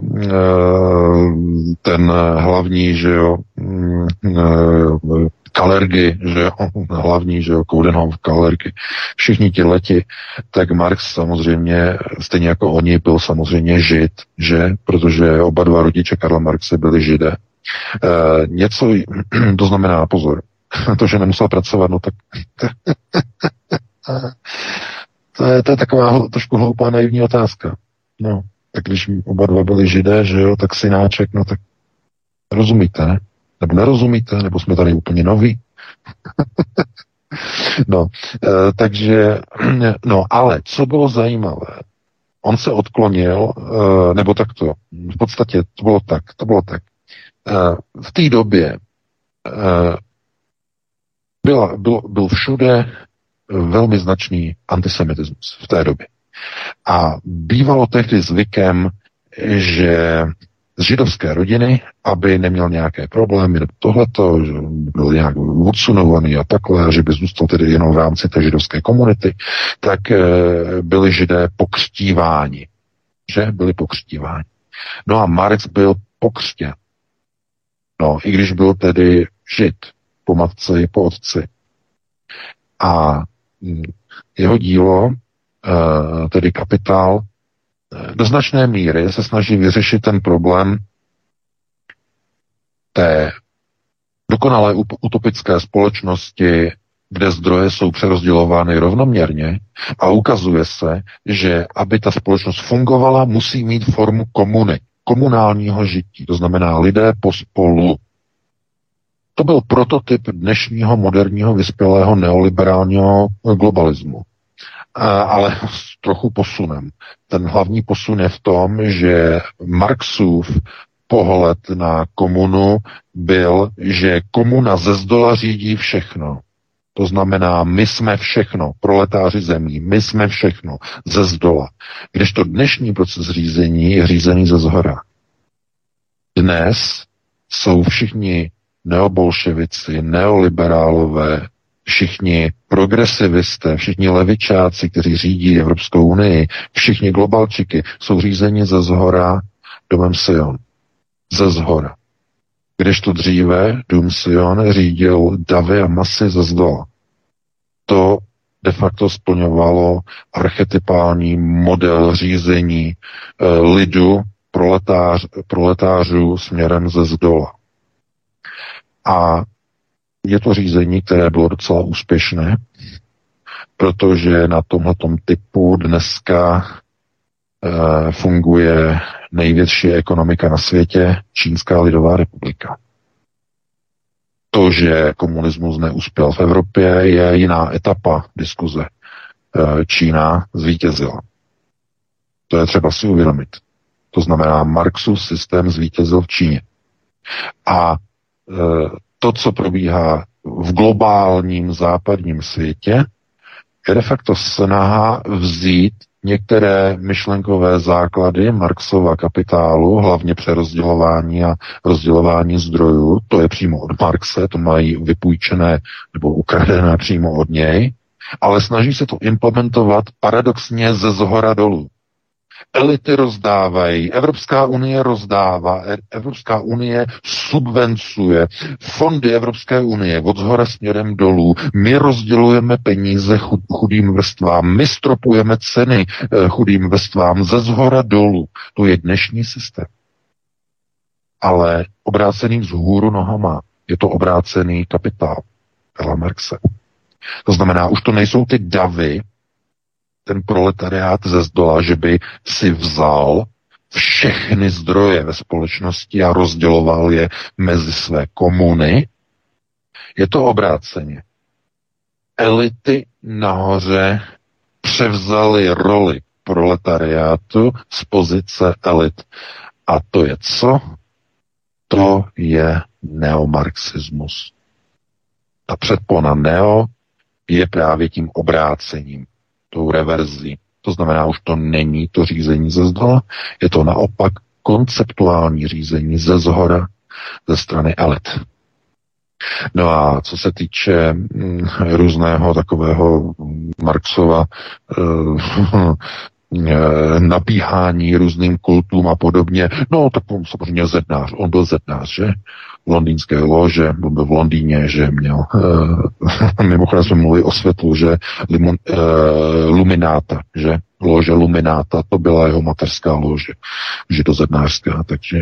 ten hlavní, že jo, Kalergy, že jo, hlavní, že jo, Coudenhove, Kalergy, všichni ti leti, tak Marx samozřejmě, stejně jako oni, byl samozřejmě Žid, že, protože oba dva rodiče Karla Marxe byli Židé. E, něco, to znamená, pozor, to, že nemusel pracovat, no tak to je, to je taková trošku hloupá naivní otázka. No, tak když oba dva byli Židé, že jo, tak synáček, no tak rozumíte, ne? Nebo nerozumíte, nebo jsme tady úplně noví. no, e, takže, no, ale co bylo zajímavé, on se odklonil, e, nebo takto, v podstatě to bylo tak, to bylo tak. E, v té době e, byla, byl, byl všude velmi značný antisemitismus v té době. A bývalo tehdy zvykem, že z židovské rodiny, aby neměl nějaké problémy, nebo tohleto, že byl nějak odsunovaný a takhle, že by zůstal tedy jenom v rámci té židovské komunity, tak e, byli židé pokřtíváni. Že? Byli pokřtíváni. No a Marx byl pokřtěn. No, i když byl tedy žid, po matce i po otci. A jeho dílo, e, tedy Kapitál, do značné míry se snaží vyřešit ten problém té dokonalé utopické společnosti, kde zdroje jsou přerozdělovány rovnoměrně a ukazuje se, že aby ta společnost fungovala, musí mít formu komuny, komunálního žití, to znamená lidé pospolu. To byl prototyp dnešního moderního vyspělého neoliberálního globalismu. Ale s trochu posunem. Ten hlavní posun je v tom, že Marxův pohled na komunu byl, že komuna ze zdola řídí všechno. To znamená, my jsme všechno, proletáři zemí, my jsme všechno, ze zdola. Kdežto dnešní proces řízení je řízený ze zhora. Dnes jsou všichni neobolševici, neoliberálové, všichni progresivisté, všichni levičáci, kteří řídí Evropskou unii, všichni globalčiky jsou řízeni ze zhora domem Sion. Ze zhora. Kdežto dříve dům Sion řídil davy a masy ze zdola. To de facto splňovalo archetypální model řízení e, lidu, proletář, proletářů směrem ze zdola. A je to řízení, které bylo docela úspěšné, protože na tomhletom typu dneska e, funguje největší ekonomika na světě, Čínská lidová republika. To, že komunismus neuspěl v Evropě, je jiná etapa diskuze. E, Čína zvítězila. To je třeba si uvědomit. To znamená, Marxův systém zvítězil v Číně. A e, to, co probíhá v globálním západním světě, je de facto snaha vzít některé myšlenkové základy Marxova kapitálu, hlavně přerozdělování a rozdělování zdrojů, to je přímo od Marxe, to mají vypůjčené nebo ukradené přímo od něj, ale snaží se to implementovat paradoxně ze zhora dolů. Elity rozdávají, Evropská unie rozdává, Evropská unie subvencuje fondy Evropské unie od zhora směrem dolů. My rozdělujeme peníze chudým vrstvám, my stropujeme ceny chudým vrstvám ze zhora dolů. To je dnešní systém. Ale obrácený vzhůru nohama. Je to obrácený kapitál Karla Marxe. To znamená, už to nejsou ty davy, ten proletariát ze zdola, že by si vzal všechny zdroje ve společnosti a rozděloval je mezi své komuny. Je to obráceně. Elity nahoře převzaly roli proletariátu z pozice elit. A to je co? To je neomarxismus. Ta předpona neo je právě tím obrácením, tou reverzí. To znamená, už to není to řízení ze zdola, je to naopak konceptuální řízení ze zhora, ze strany elit. No a co se týče hm, různého takového Marxova eh, nabíhání různým kultům a podobně, no tak on samozřejmě zednář, on byl zednář, že? V londýnské lože, on byl v Londýně, že měl, uh, mimochodem jsme mluvili o světlu, že limun, uh, Lumináta, že? Lože Lumináta, to byla jeho mateřská lože, židozednářská, takže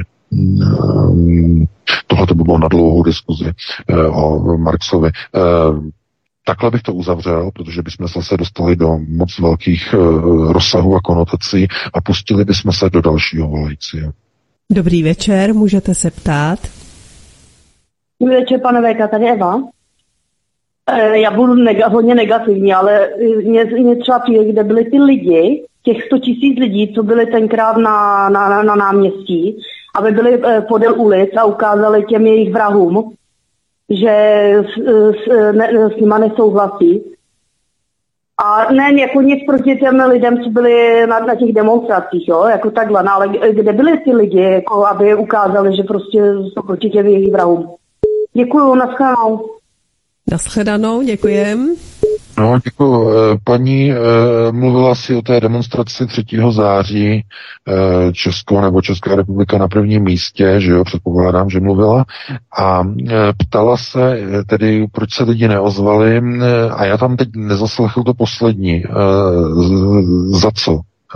um, tohle to by bylo na dlouhou diskuzi uh, o Marxovi. Uh, Takhle bych to uzavřel, protože bychom se dostali do moc velkých uh, rozsahů a konotací a pustili bychom se do dalšího volajícího. Dobrý večer, můžete se ptát. Dobrý večer, pane Véka, tady Eva. E, já budu neg- hodně negativní, ale mě, mě třeba přijde, kde byli ty lidi, těch sto tisíc lidí, co byli tenkrát na, na, na, na náměstí, aby byli e, podél ulic a ukázali těm jejich vrahům, že s, s, ne, s nima nesouhlasí. A ne jako nic proti těm lidem, co byli na, na těch demonstracích, jo, jako takhle, no, ale kde byli ty lidi, jako aby ukázali, že prostě jsou proti těm jejich vrahům. Děkuju, nashledanou. Nashledanou, děkujem. No, děkuji. Paní mluvila si o té demonstraci třetího září Česko nebo Česká republika na prvním místě, že jo, předpokládám, že mluvila. A ptala se tedy, proč se lidi neozvali a já tam teď nezaslechl to poslední. Za co?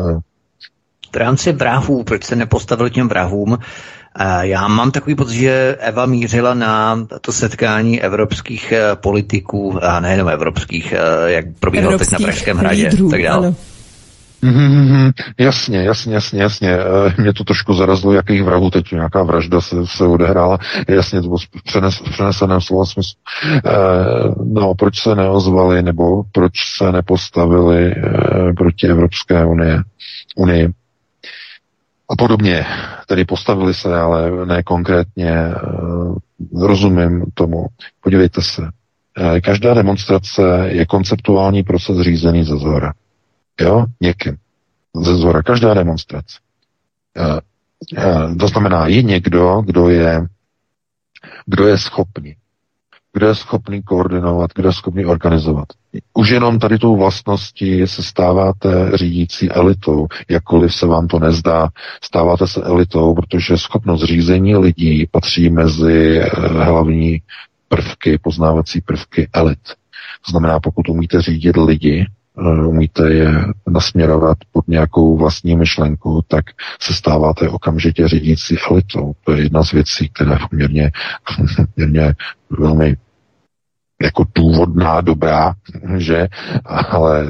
V rámci vrahů, proč se nepostavil těm vrahům? Já mám takový pocit, že Eva mířila na to setkání evropských politiků, a nejenom evropských, jak probíhalo teď na Pražském hradě. Lídrů, tak dále. Mm-hmm, jasně, jasně, jasně, jasně. Mě to trošku zarazilo, jakých vrahů teď nějaká vražda se, se odehrála. Jasně, to bylo v, přenes, v přeneseném slova smyslu. E, no, proč se neozvali, nebo proč se nepostavili e, proti Evropské unie, unii? A podobně, tedy postavili se, ale ne konkrétně, rozumím tomu. Podívejte se, každá demonstrace je konceptuální proces řízený ze zhora. Jo? Někým. Ze zhora. Každá demonstrace. To znamená, je někdo, kdo je, kdo je schopný. Kdo je schopný koordinovat, kdo je schopný organizovat. Už jenom tady tou vlastností se stáváte řídící elitou. Jakkoliv se vám to nezdá, stáváte se elitou, protože schopnost řízení lidí patří mezi hlavní prvky, poznávací prvky elit. To znamená, pokud umíte řídit lidi, umíte je nasměrovat pod nějakou vlastní myšlenku, tak se stáváte okamžitě řídící elitou. To je jedna z věcí, která je poměrně, poměrně velmi jako důvodná, dobrá, že, ale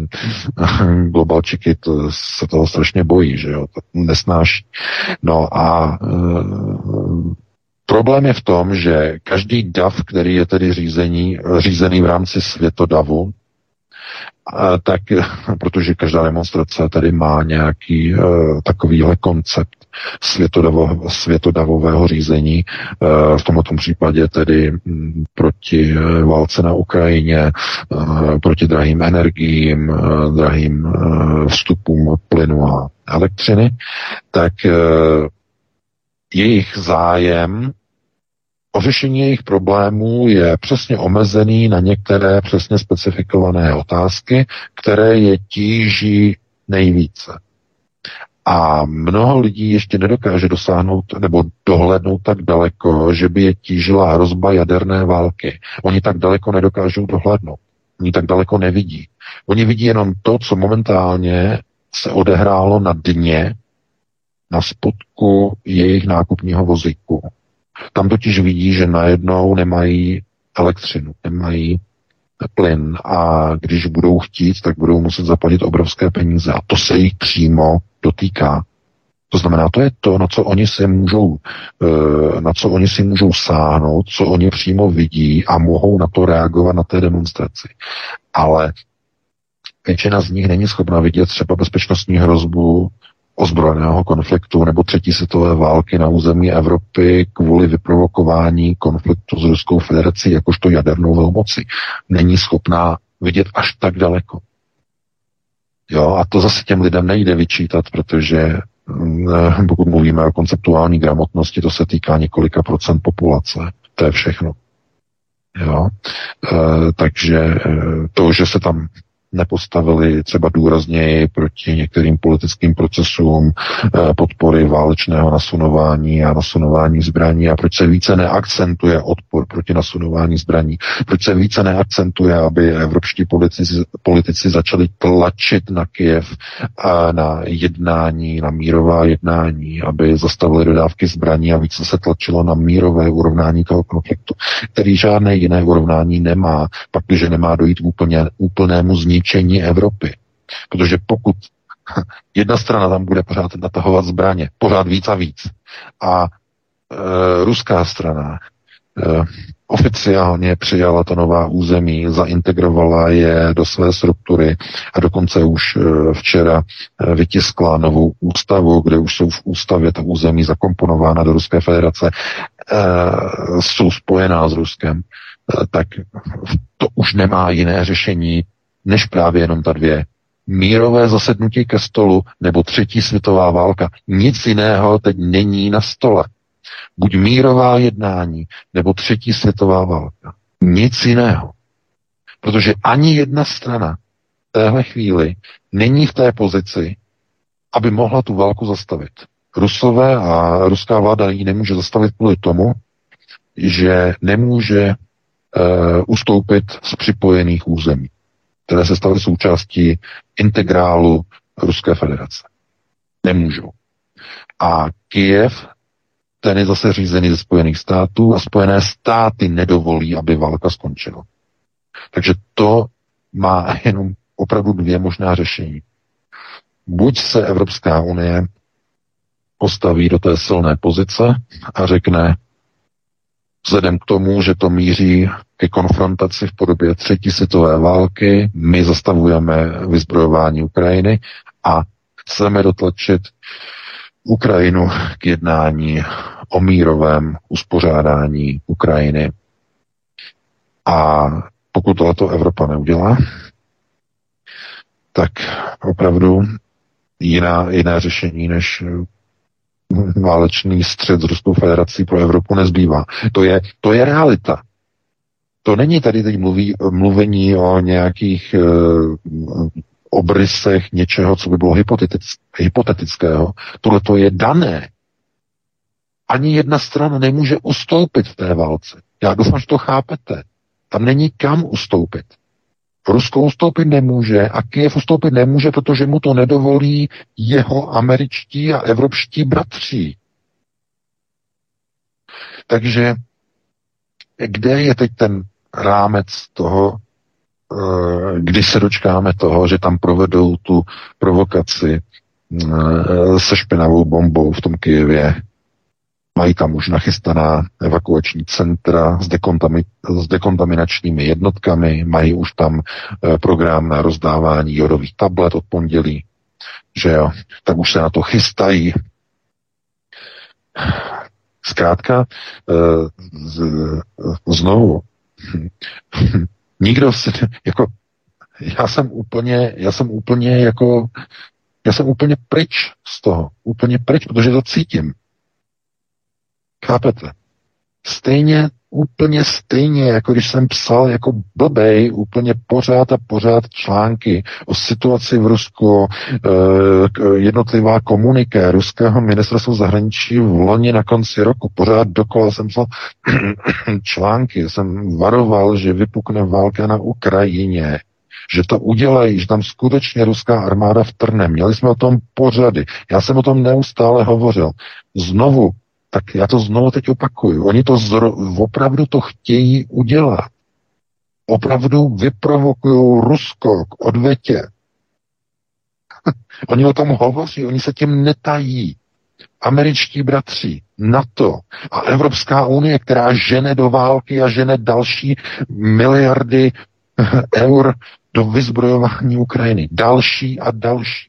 globalčiky to, se toho strašně bojí, že jo, to nesnáší. No a e, problém je v tom, že každý dav, který je tedy řízení, řízený v rámci světodavu, tak, protože každá demonstrace tady má nějaký uh, takovýhle koncept světodavo, světodavového řízení, uh, v tomto případě tedy m, proti uh, válce na Ukrajině, uh, proti drahým energiím, uh, drahým uh, vstupům plynu a elektřiny, tak uh, jejich zájem o řešení jejich problémů je přesně omezený na některé přesně specifikované otázky, které je tíží nejvíce. A mnoho lidí ještě nedokáže dosáhnout nebo dohlédnout tak daleko, že by je tížila hrozba jaderné války. Oni tak daleko nedokážou dohlédnout. Oni tak daleko nevidí. Oni vidí jenom to, co momentálně se odehrálo na dně, na spodku jejich nákupního vozíku. Tam totiž vidí, že najednou nemají elektřinu, nemají plyn a když budou chtít, tak budou muset zaplatit obrovské peníze a to se jich přímo dotýká. To znamená, to je to, na co oni si můžou, na co oni si můžou sáhnout, co oni přímo vidí a mohou na to reagovat na té demonstraci. Ale většina z nich není schopna vidět třeba bezpečnostní hrozbu ozbrojeného konfliktu nebo třetí světové války na území Evropy kvůli vyprovokování konfliktu s Ruskou federací jakožto jadernou velmoci. Není schopná vidět až tak daleko. Jo, a to zase těm lidem nejde vyčítat, protože pokud mluvíme o konceptuální gramotnosti, to se týká několika procent populace. To je všechno. Jo, e, takže to, že se tam nepostavili třeba důrazněji proti některým politickým procesům podpory válečného nasunování a nasunování zbraní a proč se více neakcentuje odpor proti nasunování zbraní, proč se více neakcentuje, aby evropští politici, politici začali tlačit na Kyjev a na jednání, na mírová jednání, aby zastavili dodávky zbraní a více se tlačilo na mírové urovnání toho konfliktu, který žádné jiné urovnání nemá, pakliže nemá dojít úplně, úplnému zničení Evropy. Protože pokud jedna strana tam bude pořád natahovat zbraně, pořád víc a víc, a e, ruská strana e, oficiálně přijala to nová území, zaintegrovala je do své struktury a dokonce už e, včera e, vytiskla novou ústavu, kde už jsou v ústavě ta území zakomponována do Ruské federace, e, jsou spojená s Ruskem, e, tak to už nemá jiné řešení, než právě jenom ta dvě. Mírové zasednutí ke stolu nebo třetí světová válka. Nic jiného teď není na stole. Buď mírová jednání nebo třetí světová válka. Nic jiného. Protože ani jedna strana v téhle chvíli není v té pozici, aby mohla tu válku zastavit. Rusové a ruská vláda ji nemůže zastavit kvůli tomu, že nemůže uh, ustoupit z připojených území, které se staly součástí integrálu Ruské federace. Nemůžou. A Kyjev, ten je zase řízený ze Spojených států a Spojené státy nedovolí, aby válka skončila. Takže to má jenom opravdu dvě možná řešení. Buď se Evropská unie postaví do té silné pozice a řekne, vzhledem k tomu, že to míří ke konfrontaci v podobě třetí světové války, my zastavujeme vyzbrojování Ukrajiny a chceme dotlačit Ukrajinu k jednání o mírovém uspořádání Ukrajiny A pokud tohleto Evropa neudělá, tak opravdu jiná, jiné řešení než válečný střet s Ruskou federací pro Evropu nezbývá. To je, to je realita. To není tady teď mluví, mluvení o nějakých e, obrysech něčeho, co by bylo hypotetic, hypotetického. Tohle to je dané. Ani jedna strana nemůže ustoupit v té válce. Já doufám, že to chápete. Tam není kam ustoupit. Rusko ustoupit nemůže a Kyjev ustoupit nemůže, protože mu to nedovolí jeho američtí a evropští bratři. Takže kde je teď ten rámec toho, kdy se dočkáme toho, že tam provedou tu provokaci se špinavou bombou v tom Kyjevě? Mají tam už nachystaná evakuační centra s, dekontami- s dekontaminačními jednotkami, mají už tam e, program na rozdávání jodových tablet od pondělí, že jo, tak už se na to chystají. Zkrátka, e, z, znovu, nikdo se, jako, já jsem úplně, já jsem úplně jako, já jsem úplně pryč z toho, úplně pryč, protože to cítím. Chápete? Stejně, úplně stejně, jako když jsem psal jako blbej, úplně pořád a pořád články o situaci v Rusku, jednotlivá komuniké ruského ministerstva zahraničí v loni na konci roku. Pořád dokola jsem psal články, jsem varoval, že vypukne válka na Ukrajině, že to udělají, že tam skutečně ruská armáda vtrhne. Měli jsme o tom pořady. Já jsem o tom neustále hovořil. Znovu, tak já to znovu teď opakuju. Oni to zro, opravdu to chtějí udělat. Opravdu vyprovokují Rusko k odvetě. Oni o tom hovoří, oni se tím netají. Američtí bratři, NATO a Evropská unie, která žene do války a žene další miliardy eur do vyzbrojování Ukrajiny. Další a další.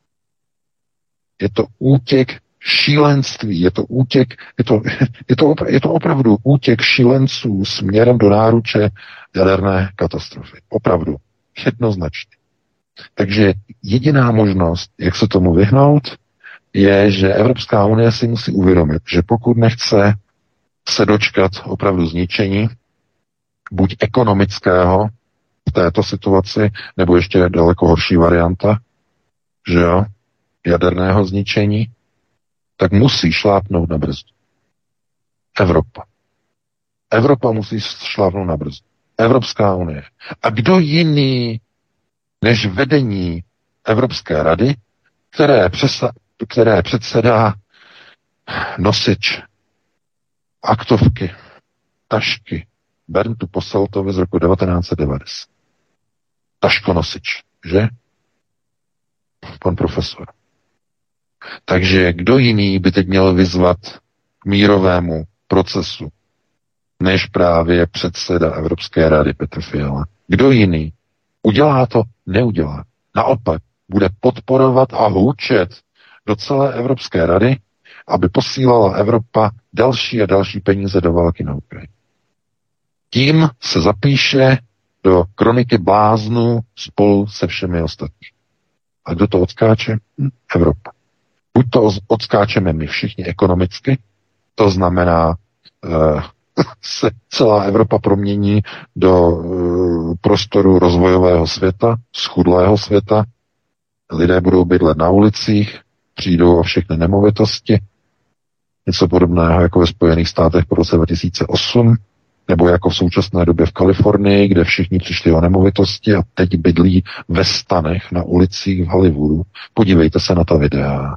Je to útěk šílenství, je to útěk, je to, je to, opra- je to opravdu útěk šílenců směrem do náruče jaderné katastrofy. Opravdu. Jednoznačně. Takže jediná možnost, jak se tomu vyhnout, je, že Evropská unie si musí uvědomit, že pokud nechce se dočkat opravdu zničení, buď ekonomického v této situaci, nebo ještě daleko horší varianta, že jo, jaderného zničení, tak musí šlápnout na brzdu. Evropa. Evropa musí šlápnout na brzdu. Evropská unie. A kdo jiný než vedení Evropské rady, které, přesa, které předsedá nosič aktovky, tašky Berntu Posseltovi z roku devatenáct set devadesát. Taškonosič, že? Pan profesor. Takže kdo jiný by teď měl vyzvat k mírovému procesu, než právě předseda Evropské rady Petr Fiala? Kdo jiný? Udělá to? Neudělá. Naopak, bude podporovat a hůčet do celé Evropské rady, aby posílala Evropa další a další peníze do války na Ukrajině. Tím se zapíše do kroniky bláznů spolu se všemi ostatními. A kdo to odskáče? Hm, Evropa. Buď to odskáčeme my všichni ekonomicky, to znamená, uh, se celá Evropa promění do uh, prostoru rozvojového světa, schudlého světa, lidé budou bydlet na ulicích, přijdou o všechny nemovitosti, něco podobného jako ve Spojených státech po roce dva tisíce osm, nebo jako v současné době v Kalifornii, kde všichni přišli o nemovitosti a teď bydlí ve stanech na ulicích v Hollywoodu. Podívejte se na ta videa.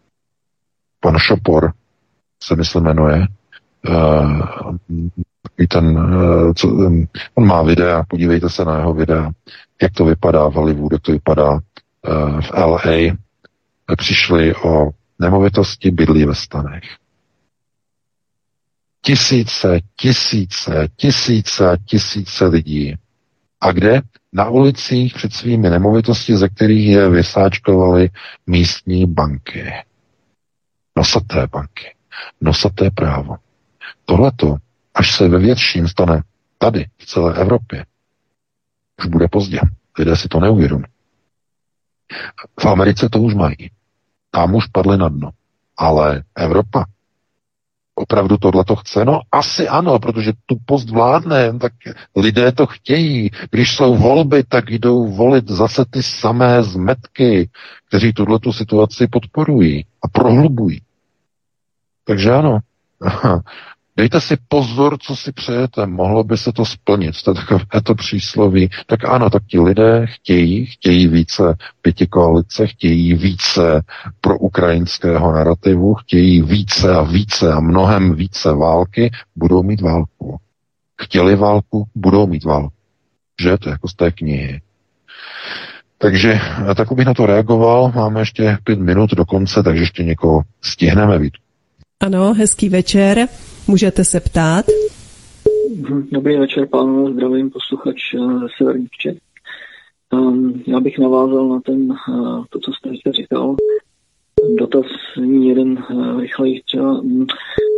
Pan Šopor se myslím jmenuje, uh, ten, uh, co, um, on má videa, podívejte se na jeho videa, jak to vypadá v Hollywoodu, jak to vypadá uh, v L A. Přišli o nemovitosti, bydlí ve stanech. Tisíce, tisíce, tisíce, tisíce lidí. A kde? Na ulicích před svými nemovitosti, ze kterých je vysáčkovaly místní banky. Nosaté banky. Nosaté právo. Tohleto, až se ve větším stane tady v celé Evropě už bude pozdě. Lidé si to neuvědomí. V Americe to už mají. Tam už padly na dno. Ale Evropa opravdu tohleto chce? No asi ano, protože tu post vládne, tak lidé to chtějí. Když jsou volby, tak jdou volit zase ty samé zmetky, kteří tuhletu situaci podporují a prohlubují. Takže ano, dejte si pozor, co si přejete, mohlo by se to splnit, to je takové to přísloví. Tak ano, tak ti lidé chtějí, chtějí více pětikoalice, chtějí více pro ukrajinského narrativu, chtějí více a více a mnohem více války, budou mít válku. Chtěli válku, budou mít válku. Že? To je jako z té knihy. Takže tak bych na to reagoval, máme ještě pět minut do konce, takže ještě někoho stihneme, Vít. Ano, hezký večer. Můžete se ptát. Dobrý večer, pánové, zdravím posluchač ze severních Čech. Um, já bych navázal na ten, uh, to, co jste ještě říkal. Dotaz není jeden uh, rychlejší třeba. Um,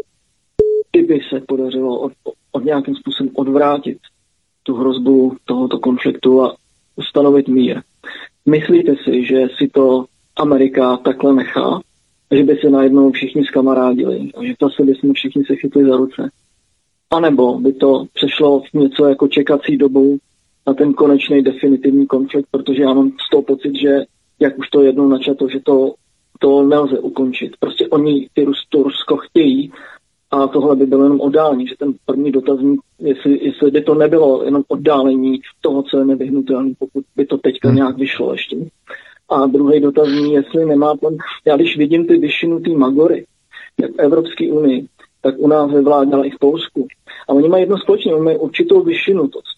kdyby se podařilo od, od nějakým způsobem odvrátit tu hrozbu tohoto konfliktu a ustanovit mír. Myslíte si, že si to Amerika takhle nechá? Že by se najednou všichni zkamarádili a že zase bychom všichni se chytli za ruce. A nebo by to přešlo v něco jako čekací dobu na ten konečný definitivní konflikt, protože já mám z toho pocit, že jak už to jednou načato, že to, to nelze ukončit. Prostě oni ty Rus, to Rusko chtějí a tohle by bylo jenom oddálení, že ten první dotazník, jestli, jestli by to nebylo jenom oddálení toho, co je nevyhnutelné, pokud by to teďka nějak vyšlo ještě. A druhý dotaz zní, jestli nemá pan... Já když vidím ty vyšinutý magory, jak v Evropské unii, tak u nás ve vládě, ale i v Polsku. A oni mají jedno společné, oni mají určitou vyšinutost.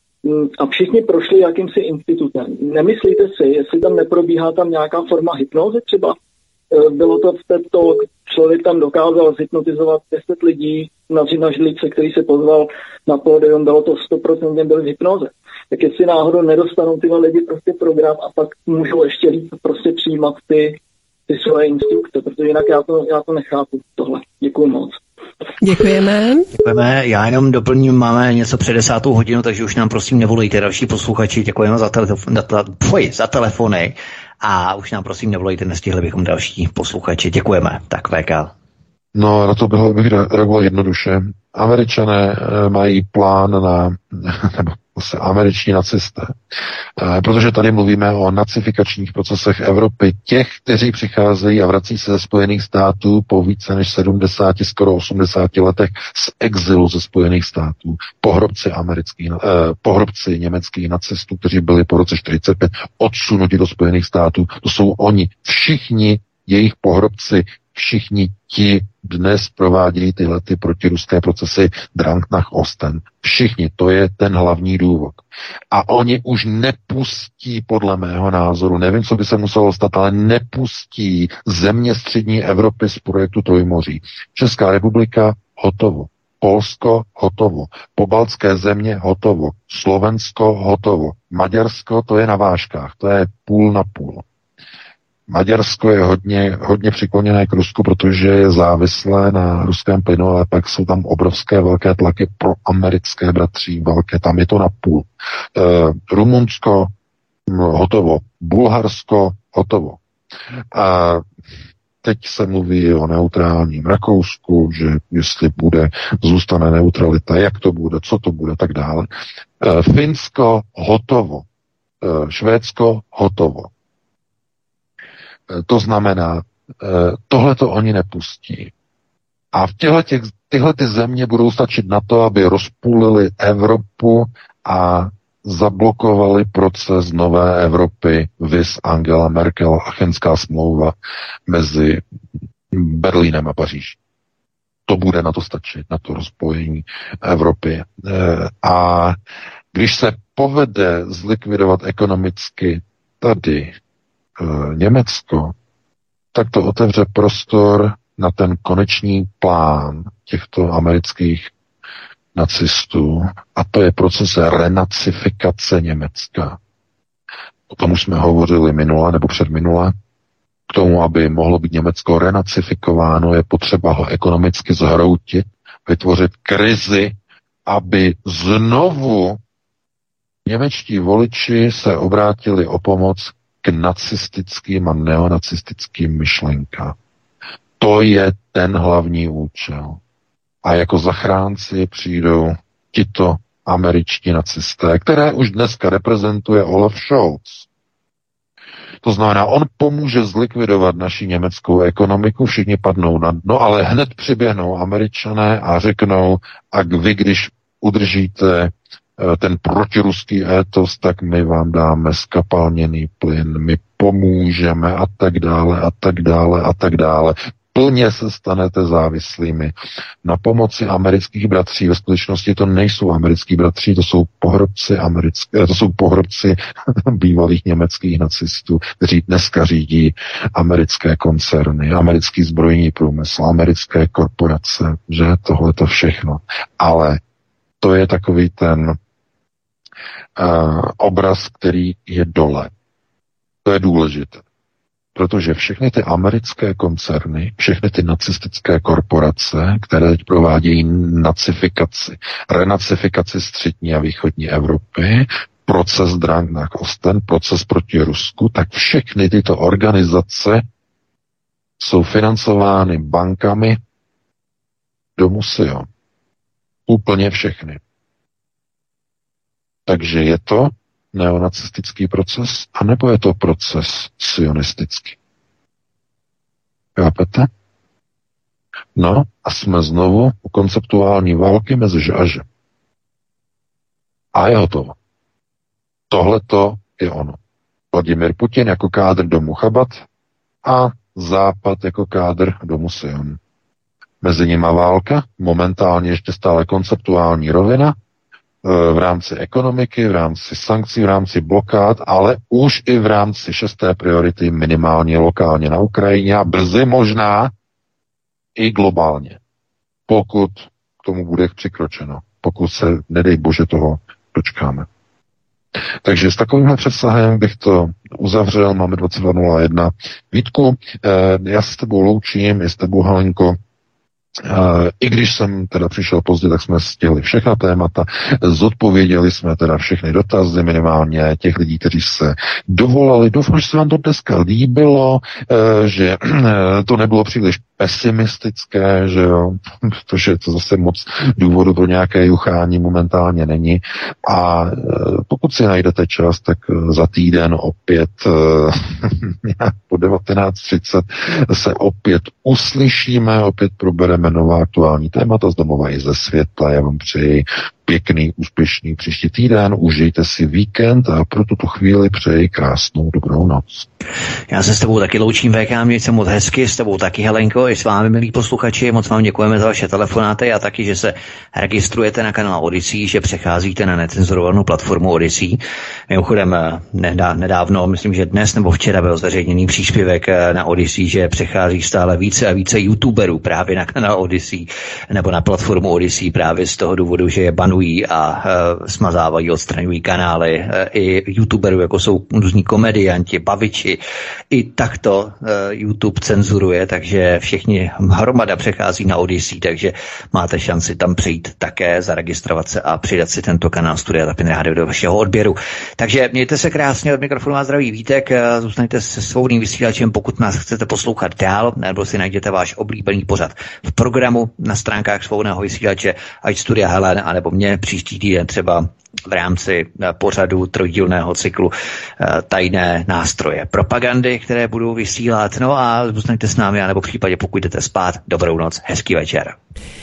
A všichni prošli jakýmsi institutem. Nemyslíte si, jestli tam neprobíhá tam nějaká forma hypnózy třeba? Bylo to v této, člověk tam dokázal zhypnotizovat deset lidí na, na žlice, který se pozval na pódium, bylo to sto procent byli v hypnoze. Tak jestli náhodou nedostanou tyhle lidi prostě program a pak můžou ještě líp prostě přijímat ty, ty svoje instrukce, protože jinak já to, já to nechápu tohle. Děkuju moc. Děkujeme. Děkujeme. Já jenom doplním, máme něco před desátou hodinu, takže už nám prosím nevolejte další posluchači. Děkujeme za, telefo- za telefony a už nám prosím nevolejte, nestihli bychom další posluchači. Děkujeme. Tak V K. No, na to bylo, bych reagoval jednoduše. Američané e, mají plán na, nebo se američtí nacisté, e, protože tady mluvíme o nacifikačních procesech Evropy, těch, kteří přicházejí a vrací se ze Spojených států po více než sedmdesáti, skoro osmdesáti letech z exilu ze Spojených států, pohrobci amerických, e, pohrobci německých nacistů, kteří byli po roce čtyřicet pět odsunuti do Spojených států, to jsou oni, všichni jejich pohrobci, všichni ti dnes provádějí tyhle ty protiruské procesy Drang nach Osten. Všichni, to je ten hlavní důvod. A oni už nepustí, podle mého názoru, nevím, co by se muselo stát, ale nepustí země střední Evropy z projektu Trojmoří. Česká republika hotovo. Polsko hotovo. Pobaltské země hotovo. Slovensko hotovo. Maďarsko to je na vážkách. To je půl na půl. Maďarsko je hodně, hodně přikloněné k Rusku, protože je závislé na ruském plynu, ale pak jsou tam obrovské velké tlaky pro americké bratří, velké, tam je to na půl. E, Rumunsko hotovo, Bulharsko hotovo. A teď se mluví o neutrálním Rakousku, že jestli bude, zůstane neutralita, jak to bude, co to bude, tak dále. E, Finsko hotovo, e, Švédsko hotovo. To znamená, tohle to oni nepustí. A v těchto těch, tyhle ty země budou stačit na to, aby rozpůlili Evropu a zablokovali proces nové Evropy, vis Angela Merkel, Achenská smlouva mezi Berlínem a Paříží. To bude na to stačit, na to rozpojení Evropy. A když se povede zlikvidovat ekonomicky tady Německo, tak to otevře prostor na ten konečný plán těchto amerických nacistů a to je proces renacifikace Německa. O tom už jsme hovořili minule nebo předminule. K tomu, aby mohlo být Německo renacifikováno, je potřeba ho ekonomicky zhroutit, vytvořit krizi aby znovu němečtí voliči se obrátili o pomoc k nacistickým a neonacistickým myšlenkám. To je ten hlavní účel. A jako zachránci přijdou tito američtí nacisté, které už dneska reprezentuje Olaf Scholz. To znamená, on pomůže zlikvidovat naši německou ekonomiku, všichni padnou na dno, ale hned přiběhnou Američané a řeknou, a vy, když udržíte ten protiruský étos, tak my vám dáme skapalněný plyn, my pomůžeme a tak dále a tak dále a tak dále. Plně se stanete závislými na pomoci amerických bratří. Ve skutečnosti to nejsou americký bratří, to jsou pohrobci americké, to jsou pohrobci bývalých německých nacistů, kteří dneska řídí americké koncerny, americký zbrojní průmysl, americké korporace, že tohle to všechno. Ale to je takový ten uh, obraz, který je dole. To je důležité. Protože všechny ty americké koncerny, všechny ty nacistické korporace, které teď provádějí nacifikaci, renacifikaci střední a východní Evropy, proces Drang nach Osten, proces proti Rusku, tak všechny tyto organizace jsou financovány bankami do Museo. Úplně všechny. Takže je to neonacistický proces, anebo je to proces sionistický? Chápete? No a jsme znovu u konceptuální války mezi že a že. A je hotovo. Tohleto je ono. Vladimir Putin jako kádr domu Chabat a Západ jako kádr domu Sion. Mezi nima válka, momentálně ještě stále konceptuální rovina, v rámci ekonomiky, v rámci sankcí, v rámci blokád, ale už i v rámci šesté priority minimálně lokálně na Ukrajině a brzy možná i globálně, pokud k tomu bude přikročeno, pokud se, nedej bože, toho dočkáme. Takže s takovýmhle předsahem bych to uzavřel, máme dvacet dva nula jedna. Vítku, já se s tebou loučím, i s tebou, Halenko. Uh, I když jsem teda přišel pozdě, tak jsme stihli všechna témata, zodpověděli jsme teda všechny dotazy, minimálně těch lidí, kteří se dovolali. Doufám, že se vám to dneska líbilo, uh, že uh, to nebylo příliš pesimistické, že jo, protože to zase moc důvodu pro nějaké juchání momentálně není. A uh, pokud si najdete čas, tak uh, za týden opět uh, po devatenáct třicet se opět uslyšíme, opět probereme nová aktuální témata z domova i ze světa. Já vám přeji pěkný, úspěšný příští týden, užijte si víkend a pro tuto chvíli přeji krásnou dobrou noc. Já se s tebou taky loučím, V K, mějte se moc hezky, s tebou taky, Helenko, i s vámi, milí posluchači, moc vám děkujeme za vaše telefonáty a taky, že se registrujete na kanál Odyssey, že přecházíte na necenzurovanou platformu Odyssey. Mimochodem nedá, nedávno, myslím, že dnes nebo včera byl zveřejněný příspěvek na Odyssey, že přechází stále více a více youtuberů právě na kanál Odyssey nebo na platformu Odyssey právě z toho důvodu, že je banují a uh, smazávají, odstraňují kanály uh, i youtuberů, jako jsou různí komedianti, baviči. I takto uh, YouTube cenzuruje, takže všichni hromada přechází na Odyssey, takže máte šanci tam přijít také, zaregistrovat se a přidat si tento kanál Studia Tapin Rádio do vašeho odběru. Takže mějte se krásně, od mikrofonu a zdraví Vítek, uh, zůstaňte se svobodným vysílačem, pokud nás chcete poslouchat dál, nebo si najděte váš oblíbený pořad v programu na stránkách svobodného vysílače, ať Studia Helen, anebo mě příští týden třeba v rámci pořadu trojdílného cyklu Tajné nástroje propagandy, které budou vysílat. No a zůstaňte s námi, anebo v případě, pokud jdete spát, dobrou noc, hezký večer.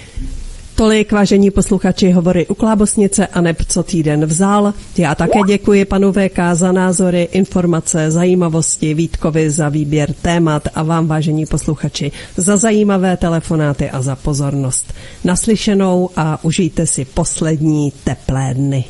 Tolik, vážení posluchači, hovory u Klábosnice a neb co týden vzal. Já také děkuji panu V K za názory, informace, zajímavosti, Vítkovi za výběr témat a vám, vážení posluchači, za zajímavé telefonáty a za pozornost. Naslyšenou a užijte si poslední teplé dny.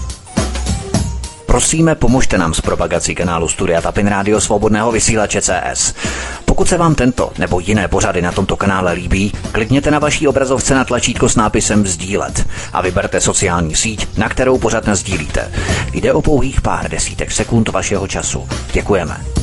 Prosíme, pomožte nám s propagací kanálu Studia Tapin Rádio Svobodného vysílače C S. Pokud se vám tento nebo jiné pořady na tomto kanále líbí, klikněte na vaší obrazovce na tlačítko s nápisem sdílet a vyberte sociální síť, na kterou pořad nasdílíte. Jde o pouhých pár desítek sekund vašeho času. Děkujeme.